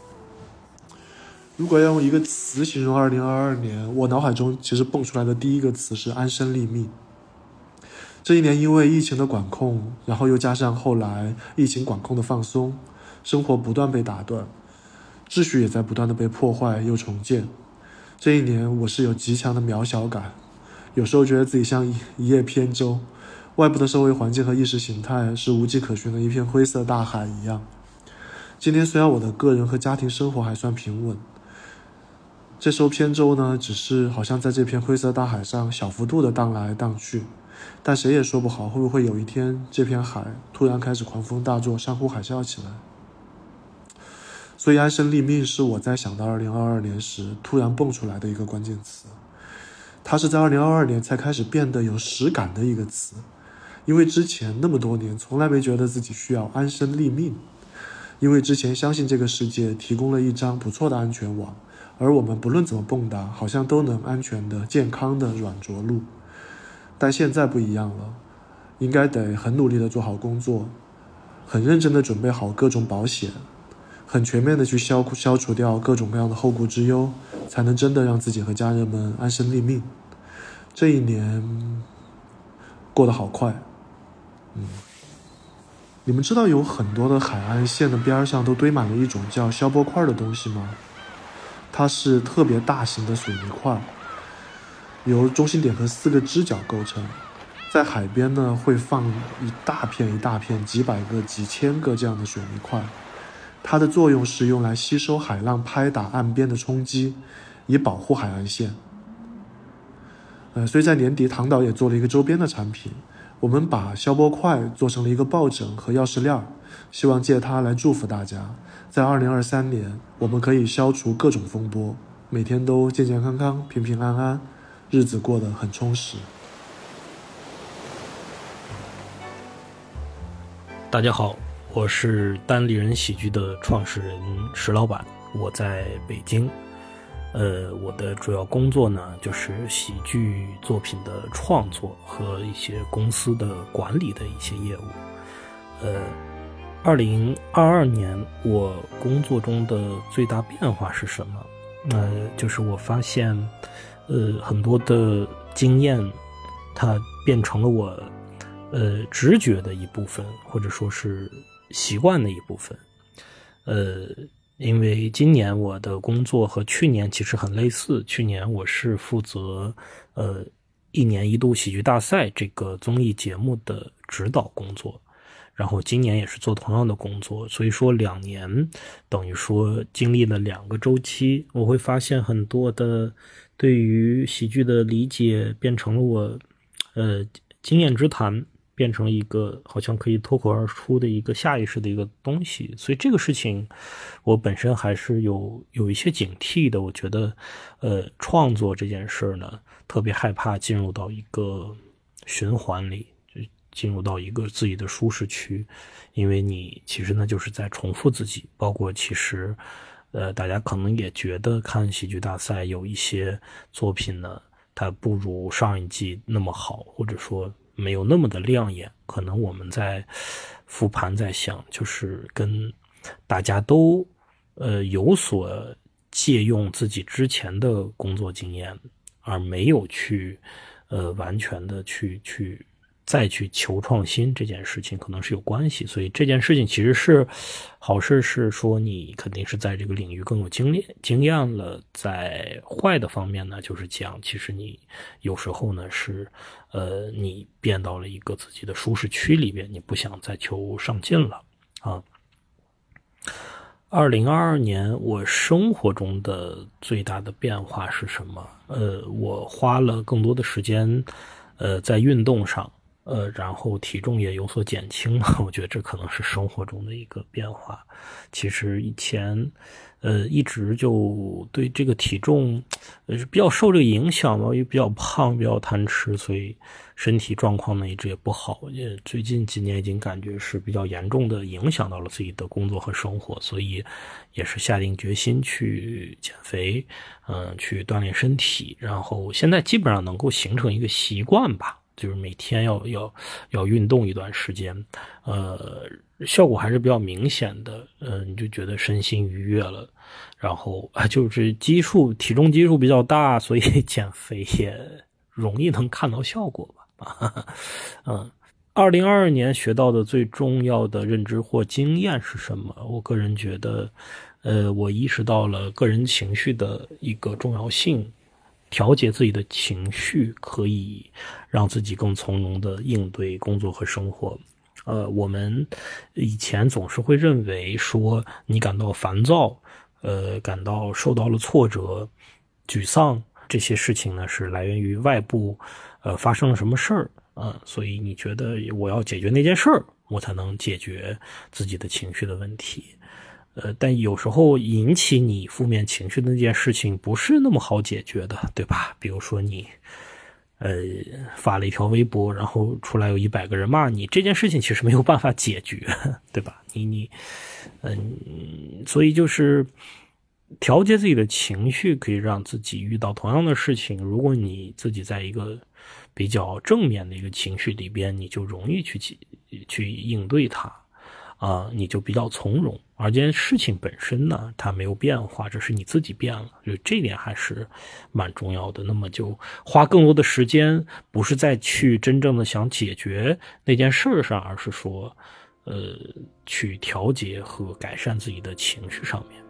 如果要用一个词形容二零二二年，我脑海中其实蹦出来的第一个词是安身立命。这一年因为疫情的管控，然后又加上后来疫情管控的放松，生活不断被打断，秩序也在不断的被破坏又重建。这一年我是有极强的渺小感，有时候觉得自己像一一叶扁舟，外部的社会环境和意识形态是无迹可寻的一片灰色大海一样。今年虽然我的个人和家庭生活还算平稳，这艘扁舟呢，只是好像在这片灰色大海上小幅度的荡来荡去，但谁也说不好会不会有一天这片海突然开始狂风大作，山呼海啸起来。所以安身立命是我在想到二零二二年时突然蹦出来的一个关键词，它是在二零二二年才开始变得有实感的一个词，因为之前那么多年从来没觉得自己需要安身立命，因为之前相信这个世界提供了一张不错的安全网，而我们不论怎么蹦跶，好像都能安全的、健康的软着陆。但现在不一样了，应该得很努力的做好工作，很认真的准备好各种保险，很全面的去消消除掉各种各样的后顾之忧，才能真的让自己和家人们安身立命。这一年过得好快。嗯，你们知道有很多的海岸线的边上都堆满了一种叫消波块的东西吗？它是特别大型的水泥块，由中心点和四个支脚构成。在海边呢，会放一大片一大片几百个几千个这样的水泥块，它的作用是用来吸收海浪拍打岸边的冲击，以保护海岸线。呃，所以在年底唐导也做了一个周边的产品，我们把消波块做成了一个抱枕和钥匙链，希望借它来祝福大家，在二零二三年我们可以消除各种风波，每天都健健康康、平平安安，日子过得很充实。 大家好，我是单立人喜剧的创始人石老板，我在北京。呃，我的主要工作呢，就是喜剧作品的创作和一些公司的管理的一些业务。呃，二零二二年我工作中的最大变化是什么？呃，就是我发现，呃，很多的经验，它变成了我，呃，直觉的一部分，或者说是习惯的一部分。呃。因为今年我的工作和去年其实很类似，去年我是负责呃一年一度喜剧大赛这个综艺节目的指导工作，然后今年也是做同样的工作，所以说两年等于说经历了两个周期，我会发现很多的对于喜剧的理解变成了我呃经验之谈，变成一个好像可以脱口而出的一个下意识的一个东西，所以这个事情我本身还是有有一些警惕的。我觉得呃创作这件事呢，特别害怕进入到一个循环里，就进入到一个自己的舒适区，因为你其实呢就是在重复自己。包括其实呃大家可能也觉得看喜剧大赛有一些作品呢，它不如上一季那么好，或者说没有那么的亮眼，可能我们在复盘在想，就是跟大家都呃有所借用自己之前的工作经验，而没有去呃完全的去去再去求创新这件事情可能是有关系。所以这件事情其实是好事，是说你肯定是在这个领域更有经验经验了。在坏的方面呢，就是讲其实你有时候呢是呃你变到了一个自己的舒适区里边，你不想再求上进了啊。二零二二年我生活中的最大的变化是什么？呃，我花了更多的时间，呃，在运动上，呃，然后体重也有所减轻了。我觉得这可能是生活中的一个变化。其实以前，呃，一直就对这个体重，呃，比较受这个影响嘛，因为比较胖，比较贪吃，所以身体状况呢一直也不好。也最近几年已经感觉是比较严重的影响到了自己的工作和生活，所以也是下定决心去减肥，嗯、呃，去锻炼身体，然后现在基本上能够形成一个习惯吧。就是每天要要要运动一段时间，呃，效果还是比较明显的，呃，你就觉得身心愉悦了，然后啊，就是基数体重基数比较大，所以减肥也容易能看到效果吧，嗯。二零二二年学到的最重要的认知或经验是什么？我个人觉得，呃，我意识到了个人情绪的一个重要性。调节自己的情绪可以让自己更从容的应对工作和生活。呃，我们以前总是会认为说你感到烦躁，呃，感到受到了挫折、沮丧，这些事情呢是来源于外部，呃，发生了什么事儿啊、呃，所以你觉得我要解决那件事儿，我才能解决自己的情绪的问题。呃，但有时候引起你负面情绪的那件事情不是那么好解决的，对吧？比如说你，呃，发了一条微博，然后出来有一百个人骂你，这件事情其实没有办法解决，对吧？你你，嗯，所以就是调节自己的情绪，可以让自己遇到同样的事情。如果你自己在一个比较正面的一个情绪里边，你就容易去去应对它。啊、呃，你就比较从容，而这件事情本身呢，它没有变化，只是你自己变了，就这点还是蛮重要的。那么就花更多的时间，不是在去真正的想解决那件事上，而是说，呃，去调节和改善自己的情绪上面。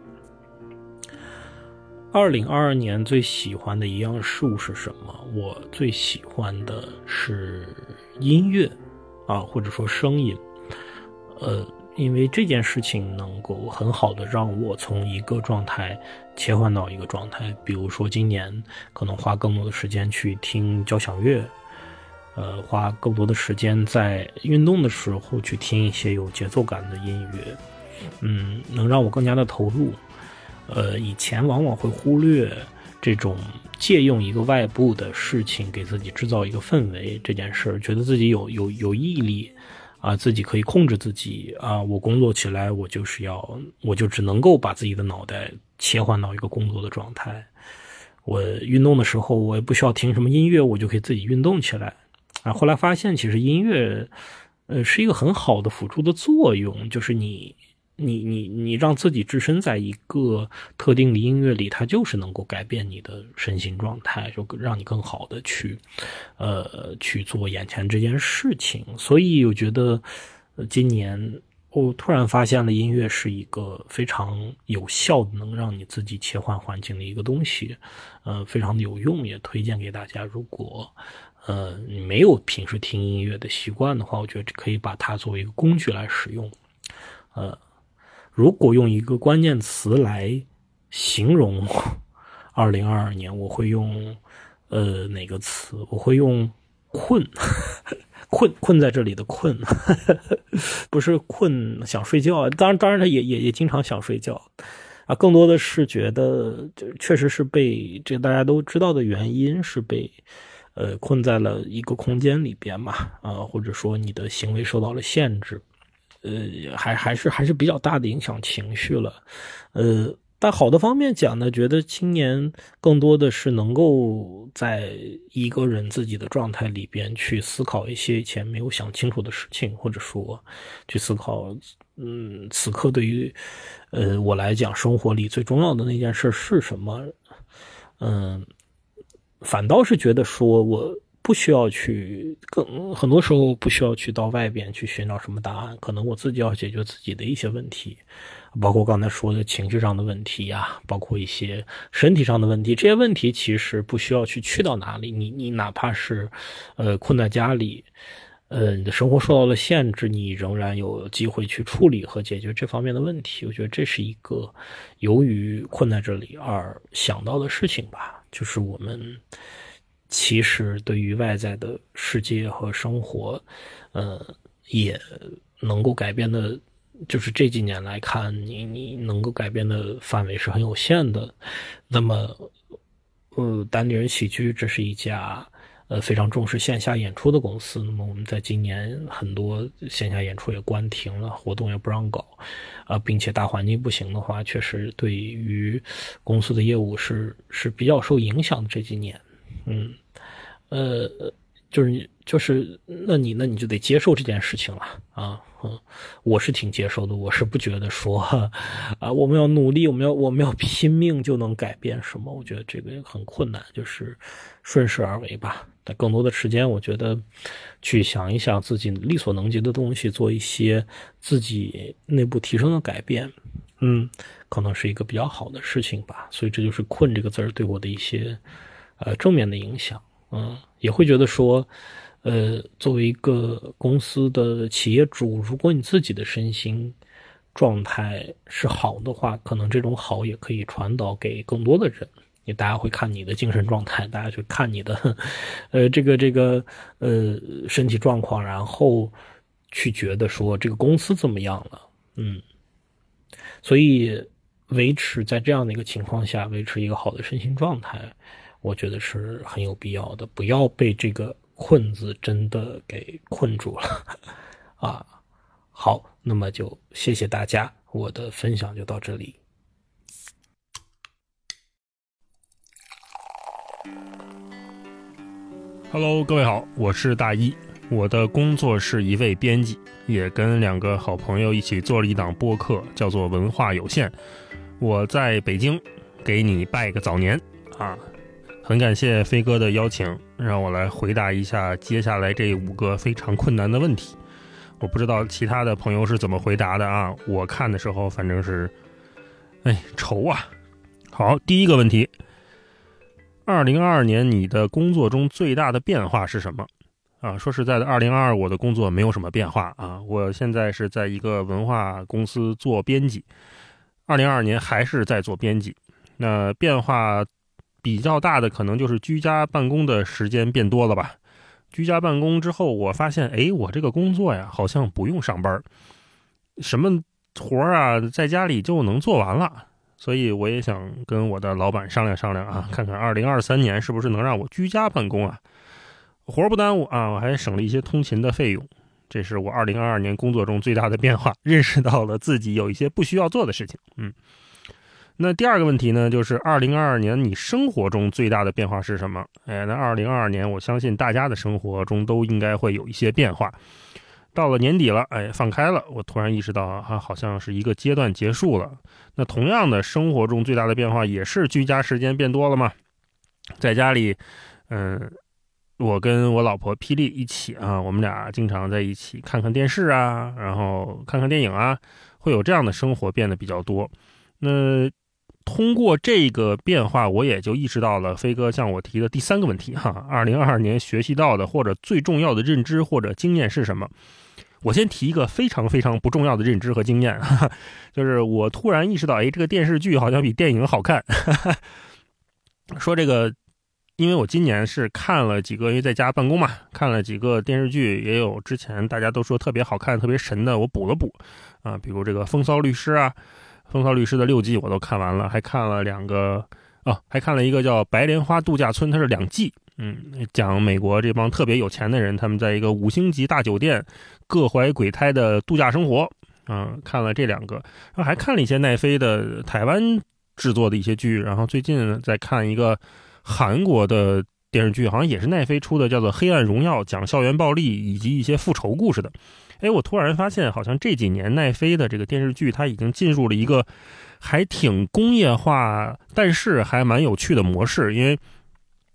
二零二二年最喜欢的一样事物是什么？我最喜欢的是音乐啊，或者说声音，呃。因为这件事情能够很好的让我从一个状态切换到一个状态，比如说今年可能花更多的时间去听交响乐，呃，花更多的时间在运动的时候去听一些有节奏感的音乐，嗯，能让我更加的投入。呃，以前往往会忽略这种借用一个外部的事情给自己制造一个氛围这件事，觉得自己有有有毅力。啊，自己可以控制自己啊！我工作起来，我就是要，我就只能够把自己的脑袋切换到一个工作的状态。我运动的时候，我也不需要听什么音乐，我就可以自己运动起来。啊，后来发现其实音乐，呃，是一个很好的辅助的作用，就是你。你你你让自己置身在一个特定的音乐里，它就是能够改变你的身心状态，就让你更好的去，呃，去做眼前这件事情。所以我觉得，呃，今年我突然发现了音乐是一个非常有效的，能让你自己切换环境的一个东西，呃，非常的有用，也推荐给大家。如果呃你没有平时听音乐的习惯的话，我觉得可以把它作为一个工具来使用，呃。如果用一个关键词来形容二零二二年，我会用呃哪个词？我会用困，困困在这里的困，不是困想睡觉，当然当然他也也也经常想睡觉啊，更多的是觉得就确实是被这个大家都知道的原因是被呃困在了一个空间里边嘛，啊，或者说你的行为受到了限制。呃，还还是还是比较大的影响情绪了，呃，但好的方面讲呢，觉得今年更多的是能够在一个人自己的状态里边去思考一些以前没有想清楚的事情，或者说去思考，嗯，此刻对于呃我来讲，生活里最重要的那件事是什么？嗯，反倒是觉得说我不需要去更很多时候不需要去到外边去寻找什么答案，可能我自己要解决自己的一些问题，包括刚才说的情绪上的问题呀、啊，包括一些身体上的问题，这些问题其实不需要去去到哪里，你你哪怕是呃困在家里，呃你的生活受到了限制，你仍然有机会去处理和解决这方面的问题。我觉得这是一个由于困在这里而想到的事情吧，就是我们其实对于外在的世界和生活，呃，也能够改变的，就是这几年来看，你你能够改变的范围是很有限的。那么，呃，单立人喜剧这是一家呃非常重视线下演出的公司。那么我们在今年很多线下演出也关停了，活动也不让搞，啊、呃，并且大环境不行的话，确实对于公司的业务是是比较受影响的这几年。嗯，呃，就是就是，那你那你就得接受这件事情了啊。嗯，我是挺接受的，我是不觉得说啊，我们要努力，我们要我们要拼命就能改变什么。我觉得这个很困难，就是顺势而为吧。但更多的时间，我觉得去想一想自己力所能及的东西，做一些自己内部提升的改变，嗯，可能是一个比较好的事情吧。所以这就是"困"这个字儿对我的一些呃正面的影响。嗯，也会觉得说。呃，作为一个公司的企业主，如果你自己的身心状态是好的话，可能这种好也可以传导给更多的人。你大家会看你的精神状态，大家去看你的，呃，这个这个呃身体状况，然后去觉得说这个公司怎么样了，嗯，所以维持在这样的一个情况下，维持一个好的身心状态，我觉得是很有必要的，不要被这个困字真的给困住了啊！好，那么就谢谢大家，我的分享就到这里。 Hello， 各位好，我是大一，我的工作是一位编辑，也跟两个好朋友一起做了一档播客，叫做文化有限。我在北京，给你拜个早年啊！很感谢飞哥的邀请，让我来回答一下接下来这五个非常困难的问题。我不知道其他的朋友是怎么回答的啊，我看的时候反正是哎愁啊。好，第一个问题，二零二二年你的工作中最大的变化是什么啊？说实在的，二零二二我的工作没有什么变化啊，我现在是在一个文化公司做编辑，二零二二年还是在做编辑。那变化比较大的可能就是居家办公的时间变多了吧。居家办公之后，我发现，哎，我这个工作呀，好像不用上班，什么活啊，在家里就能做完了。所以我也想跟我的老板商量商量啊，看看二零二三年是不是能让我居家办公啊，活不耽误啊，我还省了一些通勤的费用。这是我二零二二年工作中最大的变化，认识到了自己有一些不需要做的事情。嗯。那第二个问题呢，就是二零二二年你生活中最大的变化是什么？哎，那二零二二年我相信大家的生活中都应该会有一些变化。到了年底了，哎，放开了，我突然意识到啊，好像是一个阶段结束了。那同样的，生活中最大的变化也是居家时间变多了嘛。在家里，嗯，我跟我老婆霹雳一起啊，我们俩经常在一起看看电视啊，然后看看电影啊，会有这样的生活变得比较多。那通过这个变化，我也就意识到了飞哥向我提的第三个问题哈，二零二二年学习到的或者最重要的认知或者经验是什么？我先提一个非常非常不重要的认知和经验，哈哈，就是我突然意识到，哎，这个电视剧好像比电影好看。哈哈，说这个，因为我今年是看了几个，因为在家办公嘛，看了几个电视剧，也有之前大家都说特别好看、特别神的，我补了补啊，比如这个《风骚律师》啊。风骚律师的六季我都看完了，还看了两个哦，还看了一个叫白莲花度假村，它是两季，嗯，讲美国这帮特别有钱的人，他们在一个五星级大酒店各怀鬼胎的度假生活，嗯，看了这两个，然后还看了一些奈飞的台湾制作的一些剧，然后最近在看一个韩国的电视剧，好像也是奈飞出的，叫做《黑暗荣耀》，讲校园暴力以及一些复仇故事的。哎，我突然发现，好像这几年奈飞的这个电视剧，它已经进入了一个还挺工业化，但是还蛮有趣的模式。因为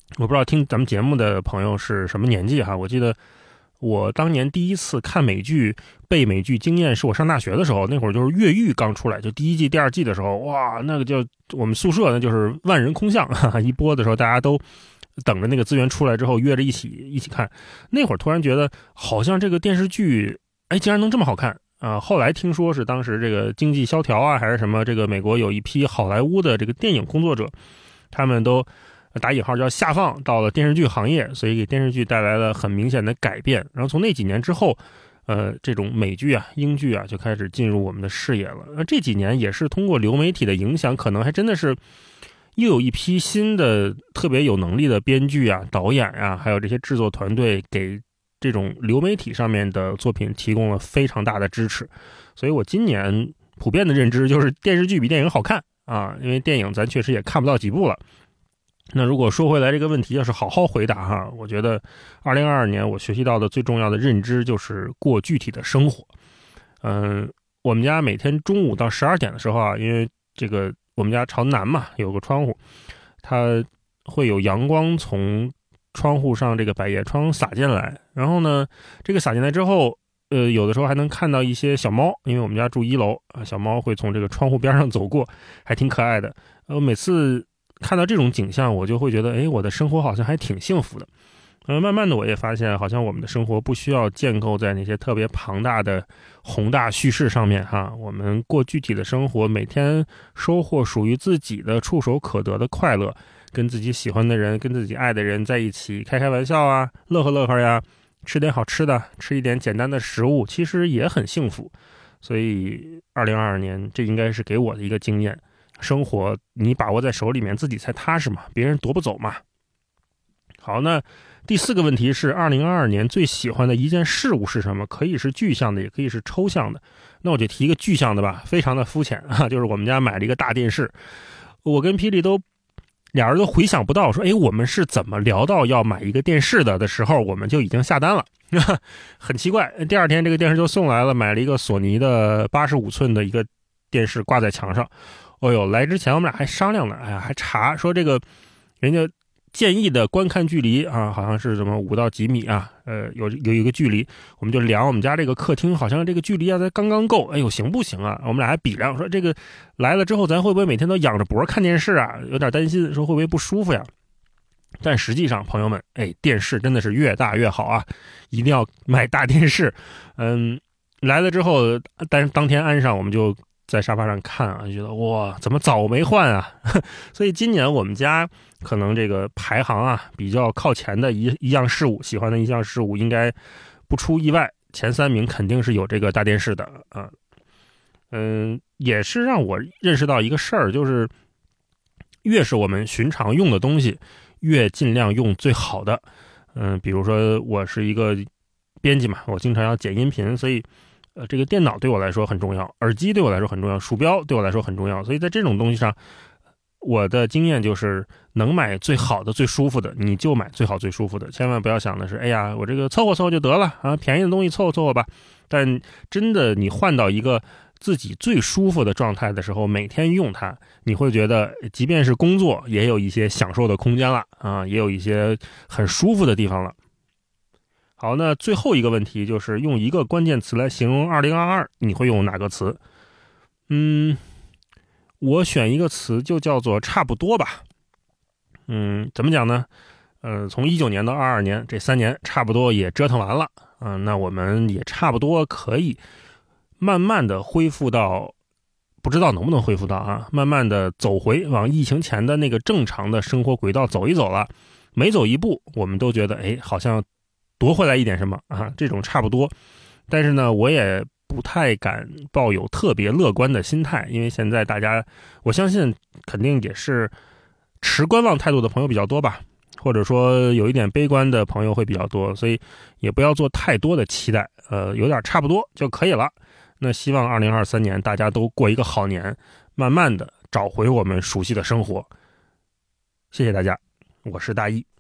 我不知道听咱们节目的朋友是什么年纪哈，我记得我当年第一次看美剧背美剧经验是我上大学的时候，那会儿就是越狱刚出来，就第一季第二季的时候，哇，那个就我们宿舍呢就是万人空巷，哈哈，一播的时候大家都等着那个资源出来之后约着一起一起看。那会儿突然觉得好像这个电视剧哎竟然能这么好看啊！后来听说是当时这个经济萧条啊还是什么，这个美国有一批好莱坞的这个电影工作者，他们都打引号叫下放到了电视剧行业，所以给电视剧带来了很明显的改变。然后从那几年之后，呃，这种美剧啊、英剧啊就开始进入我们的视野了。那这几年也是通过流媒体的影响，可能还真的是又有一批新的特别有能力的编剧啊、导演啊，还有这些制作团队给这种流媒体上面的作品提供了非常大的支持。所以我今年普遍的认知就是电视剧比电影好看啊，因为电影咱确实也看不到几部了。那如果说回来这个问题要是好好回答哈，我觉得二零二二年我学习到的最重要的认知就是过具体的生活。嗯，我们家每天中午到十二点的时候啊，因为这个我们家朝南嘛，有个窗户，它会有阳光从窗户上这个百叶窗洒进来，然后呢这个洒进来之后呃，有的时候还能看到一些小猫，因为我们家住一楼啊，小猫会从这个窗户边上走过，还挺可爱的。呃，每次看到这种景象，我就会觉得，哎，我的生活好像还挺幸福的。呃，慢慢的我也发现，好像我们的生活不需要建构在那些特别庞大的宏大叙事上面哈，我们过具体的生活，每天收获属于自己的触手可得的快乐，跟自己喜欢的人、跟自己爱的人在一起开开玩笑啊，乐呵乐呵呀，吃点好吃的，吃一点简单的食物，其实也很幸福。所以二零二二年这应该是给我的一个经验。生活你把握在手里面，自己才踏实嘛，别人夺不走嘛。好，那第四个问题是二零二二年最喜欢的一件事物是什么？可以是具象的，也可以是抽象的。那我就提一个具象的吧，非常的肤浅啊，就是我们家买了一个大电视。我跟霹雳都俩人都回想不到说，哎，我们是怎么聊到要买一个电视的的时候，我们就已经下单了，很奇怪。第二天这个电视就送来了，买了一个索尼的八十五寸的一个电视挂在墙上。哦呦，来之前我们俩还商量呢，哎呀，还查说这个人家建议的观看距离啊，好像是什么五到几米啊，呃，有有一个距离，我们就量我们家这个客厅，好像这个距离啊，才刚刚够，哎呦，行不行啊？我们俩还比量，说这个来了之后，咱会不会每天都仰着脖看电视啊？有点担心，说会不会不舒服呀？但实际上，朋友们，哎，电视真的是越大越好啊，一定要买大电视。嗯，来了之后，但当天安上，我们就在沙发上看啊，就觉得哇，怎么早没换啊？所以今年我们家可能这个排行啊比较靠前的一一样事物，喜欢的一项事物，应该不出意外，前三名肯定是有这个大电视的啊。嗯，也是让我认识到一个事儿，就是越是我们寻常用的东西，越尽量用最好的。嗯，比如说我是一个编辑嘛，我经常要剪音频，所以呃，这个电脑对我来说很重要，耳机对我来说很重要，鼠标对我来说很重要。所以在这种东西上，我的经验就是能买最好的、最舒服的，你就买最好最舒服的，千万不要想的是，哎呀，我这个凑合凑合就得了啊，便宜的东西凑合凑合吧。但真的你换到一个自己最舒服的状态的时候，每天用它，你会觉得即便是工作也有一些享受的空间了啊，也有一些很舒服的地方了。好，那最后一个问题就是用一个关键词来形容二零二二，你会用哪个词？嗯，我选一个词就叫做差不多吧。嗯，怎么讲呢？呃，从一九年到二二年这三年差不多也折腾完了啊、呃，那我们也差不多可以慢慢的恢复到，不知道能不能恢复到啊，慢慢的走回往疫情前的那个正常的生活轨道走一走了。每走一步，我们都觉得哎，好像夺回来一点什么啊，这种差不多。但是呢，我也不太敢抱有特别乐观的心态，因为现在大家，我相信肯定也是持观望态度的朋友比较多吧，或者说有一点悲观的朋友会比较多，所以也不要做太多的期待，呃，有点差不多就可以了。那希望二零二三年大家都过一个好年，慢慢的找回我们熟悉的生活。谢谢大家，我是大一。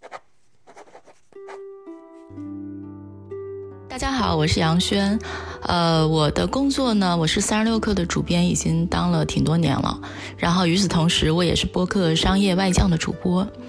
大家好，我是杨轩。呃，我的工作呢，我是三十六课的主编，已经当了挺多年了。然后与此同时，我也是播客商业外教的主播。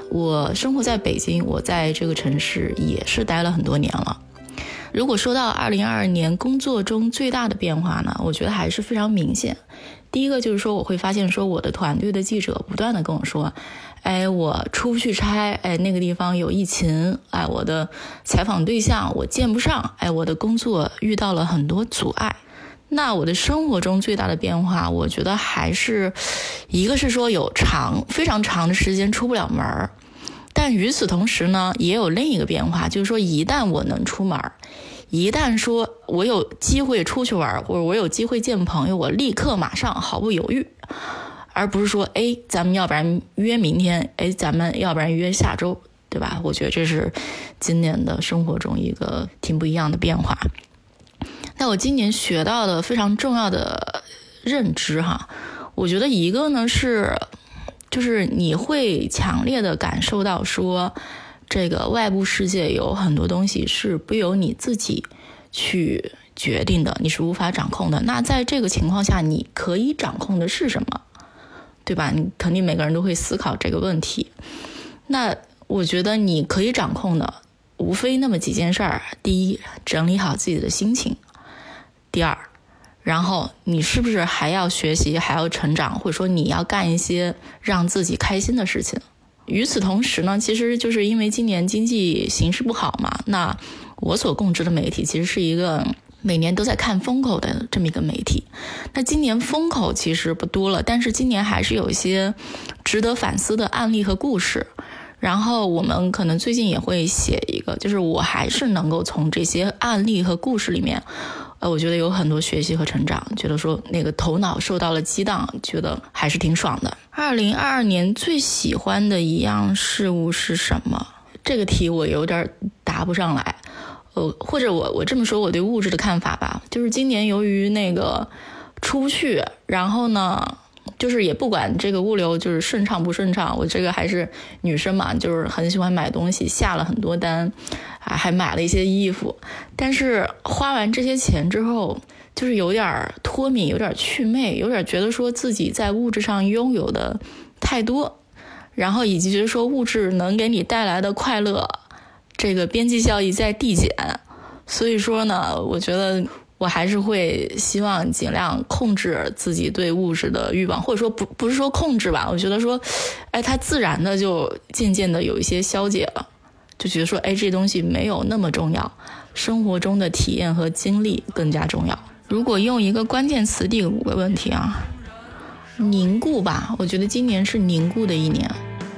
我生活在北京，我在这个城市也是待了很多年了。如果说到二零二二年工作中最大的变化呢，我觉得还是非常明显。第一个就是说，我会发现说我的团队的记者不断的跟我说，哎，我出不去差，哎，那个地方有疫情，哎，我的采访对象我见不上，哎，我的工作遇到了很多阻碍。那我的生活中最大的变化，我觉得还是一个是说有长非常长的时间出不了门，但与此同时呢，也有另一个变化，就是说一旦我能出门，一旦说我有机会出去玩，或者我有机会见朋友，我立刻马上毫不犹豫，而不是说哎，咱们要不然约明天，哎，咱们要不然约下周，对吧？我觉得这是今年的生活中一个挺不一样的变化。那我今年学到的非常重要的认知哈，我觉得一个呢是，就是你会强烈的感受到说，这个外部世界有很多东西是不由你自己去决定的，你是无法掌控的。那在这个情况下，你可以掌控的是什么？对吧？你肯定每个人都会思考这个问题。那我觉得你可以掌控的，无非那么几件事儿。第一，整理好自己的心情。第二，然后你是不是还要学习，还要成长，或者说你要干一些让自己开心的事情。与此同时呢，其实就是因为今年经济形势不好嘛，那我所供职的媒体其实是一个每年都在看风口的这么一个媒体。那今年风口其实不多了，但是今年还是有一些值得反思的案例和故事。然后我们可能最近也会写一个，就是我还是能够从这些案例和故事里面，呃，我觉得有很多学习和成长，觉得说那个头脑受到了激荡，觉得还是挺爽的。二零二二年最喜欢的一样事物是什么？这个题我有点答不上来。呃，或者我我这么说我对物质的看法吧，就是今年由于那个出不去，然后呢就是也不管这个物流就是顺畅不顺畅，我这个还是女生嘛，就是很喜欢买东西，下了很多单啊，还买了一些衣服，但是花完这些钱之后，就是有点脱敏，有点祛魅，有点觉得说自己在物质上拥有的太多，然后以及觉得说物质能给你带来的快乐，这个边际效益在递减。所以说呢，我觉得我还是会希望尽量控制自己对物质的欲望，或者说不不是说控制吧，我觉得说，哎，它自然的就渐渐的有一些消解了，就觉得说，哎，这东西没有那么重要，生活中的体验和经历更加重要。如果用一个关键词第五个问题啊，凝固吧，我觉得今年是凝固的一年。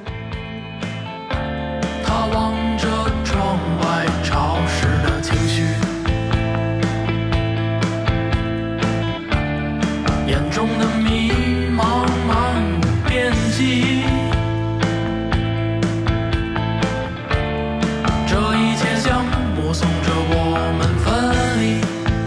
他望着窗外潮湿的情绪，眼中的迷茫漫无边际，这一切像目送着我们分离。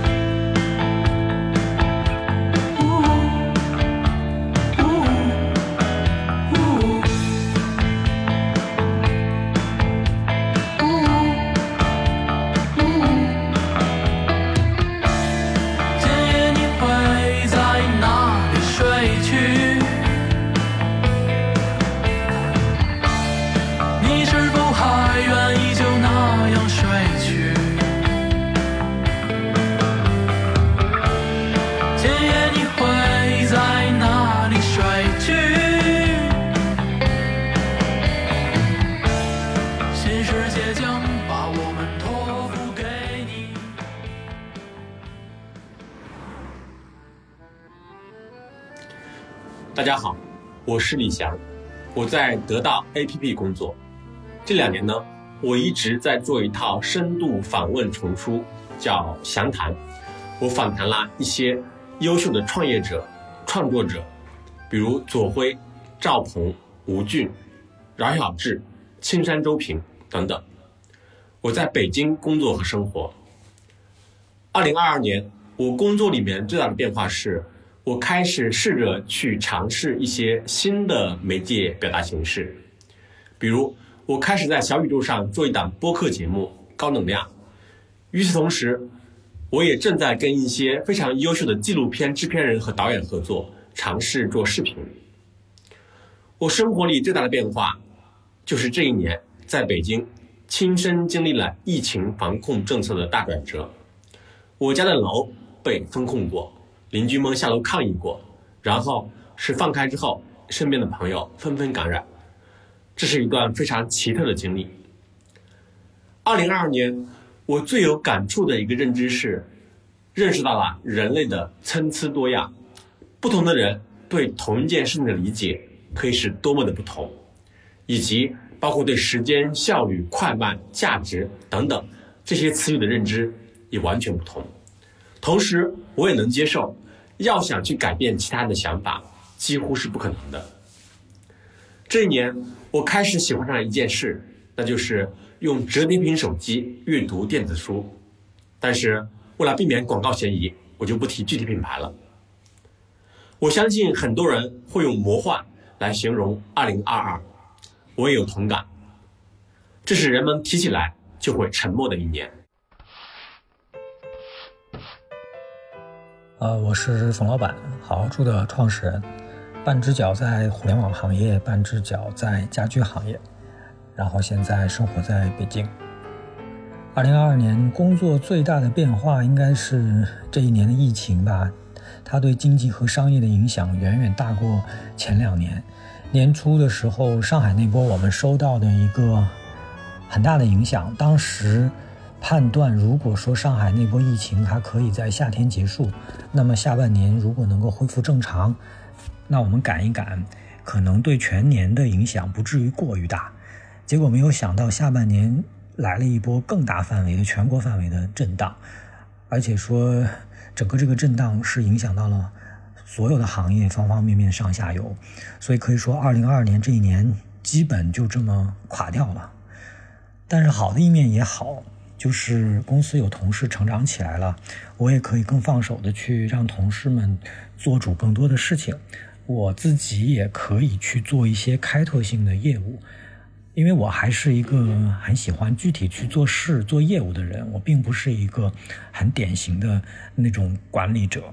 大家好，我是李翔，我在得到 A P P 工作。这两年呢，我一直在做一套深度访问丛书，叫详谈。我访谈了一些优秀的创业者、创作者，比如左晖、赵鹏、吴俊、饶晓志、青山周平等等。我在北京工作和生活。二零二二年，我工作里面最大的变化是，我开始试着去尝试一些新的媒介表达形式，比如我开始在小宇宙上做一档播客节目《高能量》。与此同时，我也正在跟一些非常优秀的纪录片制片人和导演合作，尝试做视频。我生活里最大的变化， 就是这一年在北京亲身经历了疫情防控政策的大转折。我家的楼被封控过，邻居们下楼抗议过，然后是放开之后，身边的朋友纷纷感染，这是一段非常奇特的经历。二零二二年，我最有感触的一个认知是，认识到了人类的参差多样，不同的人对同一件事情的理解可以是多么的不同，以及包括对时间、效率、快慢、价值等等这些词语的认知也完全不同。同时，我也能接受，要想去改变其他人的想法，几乎是不可能的。这一年，我开始喜欢上一件事，那就是用折叠屏手机阅读电子书。但是，为了避免广告嫌疑，我就不提具体品牌了。我相信很多人会用魔幻来形容二零二二，我也有同感。这是人们提起来就会沉默的一年。 呃，我是冯老板，好好住的创始人，半只脚在互联网行业，半只脚在家居行业，然后现在生活在北京。二零二二年工作最大的变化应该是这一年的疫情吧，它对经济和商业的影响远远大过前两年。年初的时候，上海那波我们收到的一个很大的影响，当时判断如果说上海那波疫情还可以在夏天结束，那么下半年如果能够恢复正常，那我们赶一赶，可能对全年的影响不至于过于大。结果没有想到下半年来了一波更大范围的全国范围的震荡，而且说整个这个震荡是影响到了所有的行业方方面面上下游，所以可以说二零二二年这一年基本就这么垮掉了。但是好的一面也好，就是公司有同事成长起来了，我也可以更放手的去让同事们做主更多的事情，我自己也可以去做一些开拓性的业务。因为我还是一个很喜欢具体去做事做业务的人，我并不是一个很典型的那种管理者。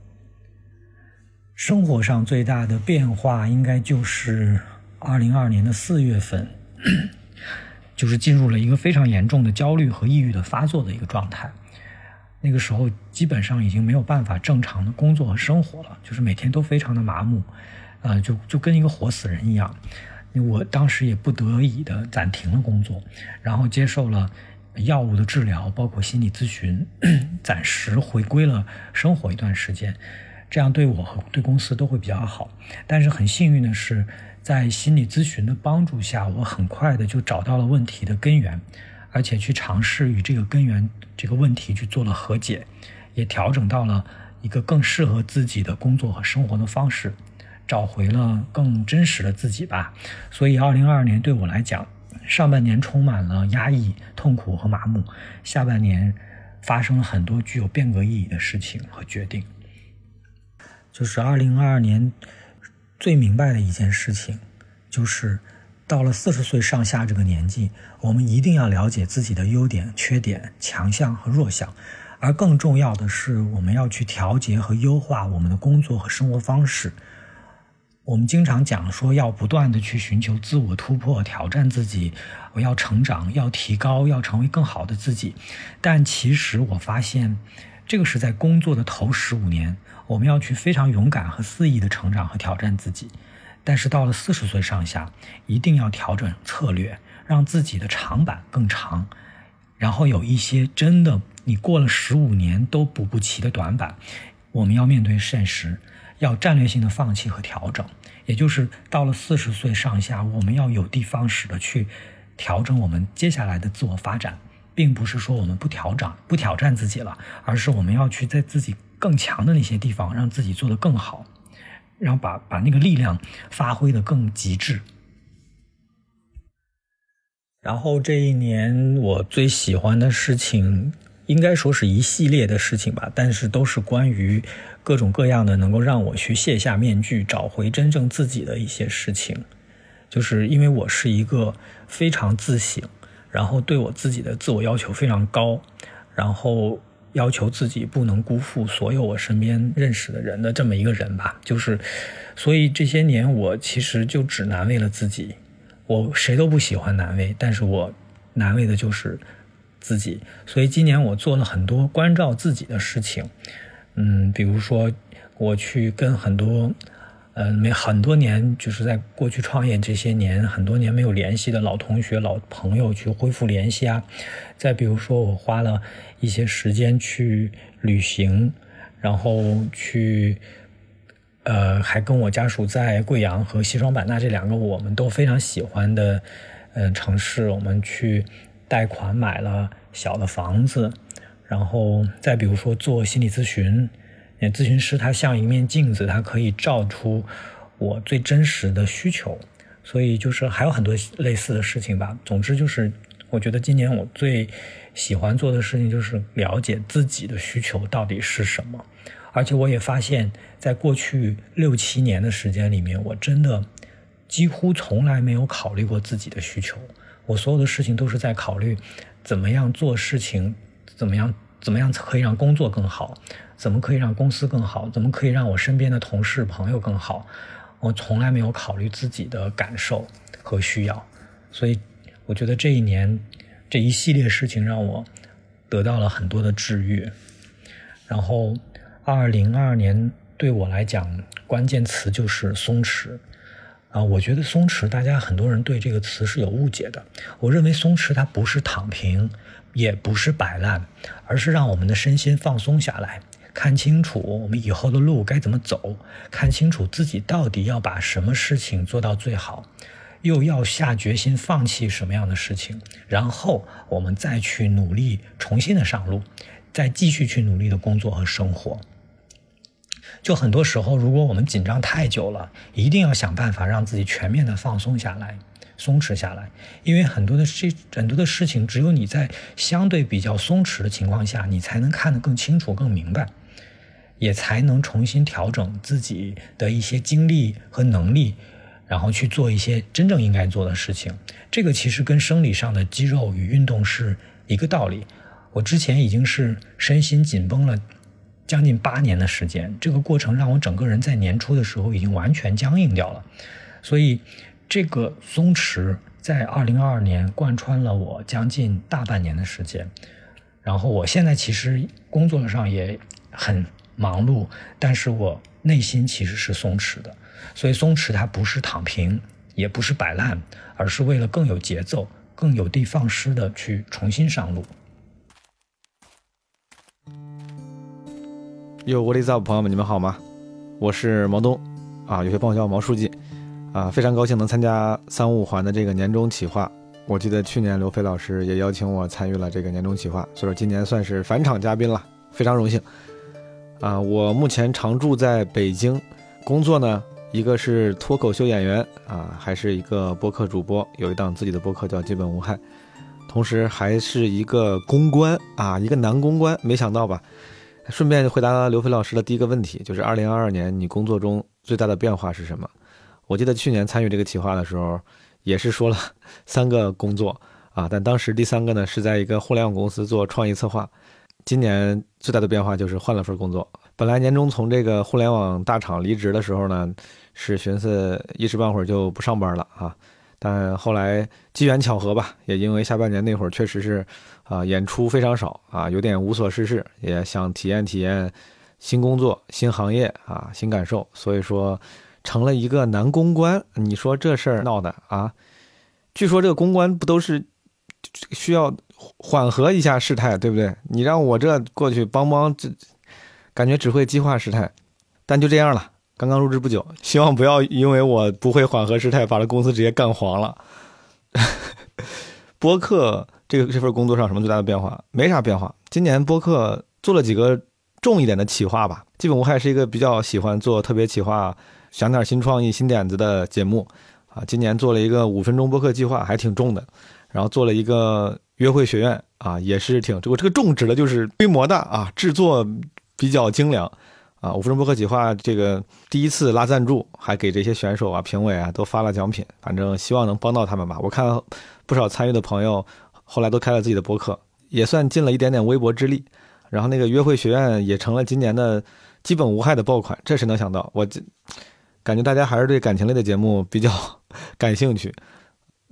生活上最大的变化应该就是二零二二年的四月份，就是进入了一个非常严重的焦虑和抑郁的发作的一个状态。那个时候基本上已经没有办法正常的工作和生活了，就是每天都非常的麻木，呃，就就跟一个活死人一样。我当时也不得已的暂停了工作，然后接受了药物的治疗，包括心理咨询，暂时回归了生活一段时间，这样对我和对公司都会比较好。但是很幸运的是，在心理咨询的帮助下，我很快的就找到了问题的根源，而且去尝试与这个根源这个问题去做了和解，也调整到了一个更适合自己的工作和生活的方式，找回了更真实的自己吧。所以二零二二年对我来讲，上半年充满了压抑、痛苦和麻木，下半年发生了很多具有变革意义的事情和决定。就是二零二二年最明白的一件事情，就是到了四十岁上下这个年纪，我们一定要了解自己的优点、缺点、强项和弱项，而更重要的是，我们要去调节和优化我们的工作和生活方式。我们经常讲说要不断的去寻求自我突破，挑战自己，我要成长，要提高，要成为更好的自己。但其实我发现，这个是在工作的头十五年，我们要去非常勇敢和肆意的成长和挑战自己。但是到了四十岁上下，一定要调整策略，让自己的长板更长，然后有一些真的你过了十五年都补不齐的短板，我们要面对现实，要战略性的放弃和调整。也就是到了四十岁上下，我们要有的放矢的去调整我们接下来的自我发展，并不是说我们不调整不挑战自己了，而是我们要去在自己更强的那些地方让自己做得更好，然后把把那个力量发挥得更极致。然后这一年我最喜欢的事情应该说是一系列的事情吧，但是都是关于各种各样的能够让我去卸下面具，找回真正自己的一些事情。就是因为我是一个非常自省，然后对我自己的自我要求非常高，然后要求自己不能辜负所有我身边认识的人的这么一个人吧。就是所以这些年我其实就只难为了自己， 我谁都不喜欢难为，但是我难为的就是自己。所以今年我做了很多关照自己的事情，嗯，比如说我去跟很多呃，没很多年，就是在过去创业这些年，很多年没有联系的老同学、老朋友去恢复联系啊。再比如说，我花了一些时间去旅行，然后去，呃，还跟我家属在贵阳和西双版纳这两个我们都非常喜欢的，呃，城市，我们去贷款买了小的房子，然后再比如说做心理咨询。咨询师他像一面镜子，他可以照出我最真实的需求，所以就是还有很多类似的事情吧。总之就是我觉得今年我最喜欢做的事情就是了解自己的需求到底是什么。而且我也发现在过去六七年的时间里面，我真的几乎从来没有考虑过自己的需求，我所有的事情都是在考虑怎么样做事情，怎么样怎么样可以让工作更好，怎么可以让公司更好，怎么可以让我身边的同事朋友更好。我从来没有考虑自己的感受和需要，所以我觉得这一年这一系列事情让我得到了很多的治愈。然后二零二二年对我来讲关键词就是松弛啊，我觉得松弛大家很多人对这个词是有误解的。我认为松弛它不是躺平，也不是摆烂，而是让我们的身心放松下来，看清楚我们以后的路该怎么走，看清楚自己到底要把什么事情做到最好，又要下决心放弃什么样的事情，然后我们再去努力重新的上路，再继续去努力的工作和生活。就很多时候如果我们紧张太久了，一定要想办法让自己全面的放松下来，松弛下来，因为很多的事很多的事情只有你在相对比较松弛的情况下，你才能看得更清楚更明白，也才能重新调整自己的一些精力和能力，然后去做一些真正应该做的事情。这个其实跟生理上的肌肉与运动是一个道理。我之前已经是身心紧绷了将近八年的时间，这个过程让我整个人在年初的时候已经完全僵硬掉了，所以这个松弛在二零二二年贯穿了我将近大半年的时间。然后我现在其实工作上也很忙碌，但是我内心其实是松弛的。所以松弛它不是躺平，也不是摆烂，而是为了更有节奏、更有的放矢的去重新上路。 哟 ，What is up， 朋友们，你们好吗？我是毛东啊，有些朋友叫毛书记啊，非常高兴能参加三五环的这个年终企划。我记得去年刘飞老师也邀请我参与了这个年终企划，所以说今年算是返场嘉宾了，非常荣幸啊。我目前常住在北京，工作呢，一个是脱口秀演员啊，还是一个播客主播，有一档自己的播客叫基本无害，同时还是一个公关啊，一个男公关，没想到吧？顺便回答刘飞老师的第一个问题，就是二零二二年你工作中最大的变化是什么？我记得去年参与这个企划的时候，也是说了三个工作啊，但当时第三个呢是在一个互联网公司做创意策划。今年最大的变化就是换了份工作，本来年终从这个互联网大厂离职的时候呢，是寻思一时半会儿就不上班了啊，但后来机缘巧合吧，也因为下半年那会儿确实是啊、呃、演出非常少啊，有点无所事事，也想体验体验新工作、新行业啊、新感受，所以说成了一个男公关。你说这事儿闹的啊？据说这个公关不都是需要缓和一下事态，对不对？你让我这过去帮帮，这感觉只会激化事态。但就这样了，刚刚入职不久，希望不要因为我不会缓和事态，把这公司直接干黄了。播客这个这份工作上什么最大的变化？没啥变化。今年播客做了几个重一点的企划吧。基本无害是一个比较喜欢做特别企划，想点新创意、新点子的节目啊。今年做了一个五分钟播客计划，还挺重的。然后做了一个约会学院啊，也是挺这个这个重指的就是规模大啊，制作比较精良啊。五分钟播客企划这个第一次拉赞助，还给这些选手啊、评委啊都发了奖品，反正希望能帮到他们吧。我看不少参与的朋友后来都开了自己的播客，也算尽了一点点微薄之力。然后那个约会学院也成了今年的基本无害的爆款，这谁能想到？我感觉大家还是对感情类的节目比较感兴趣。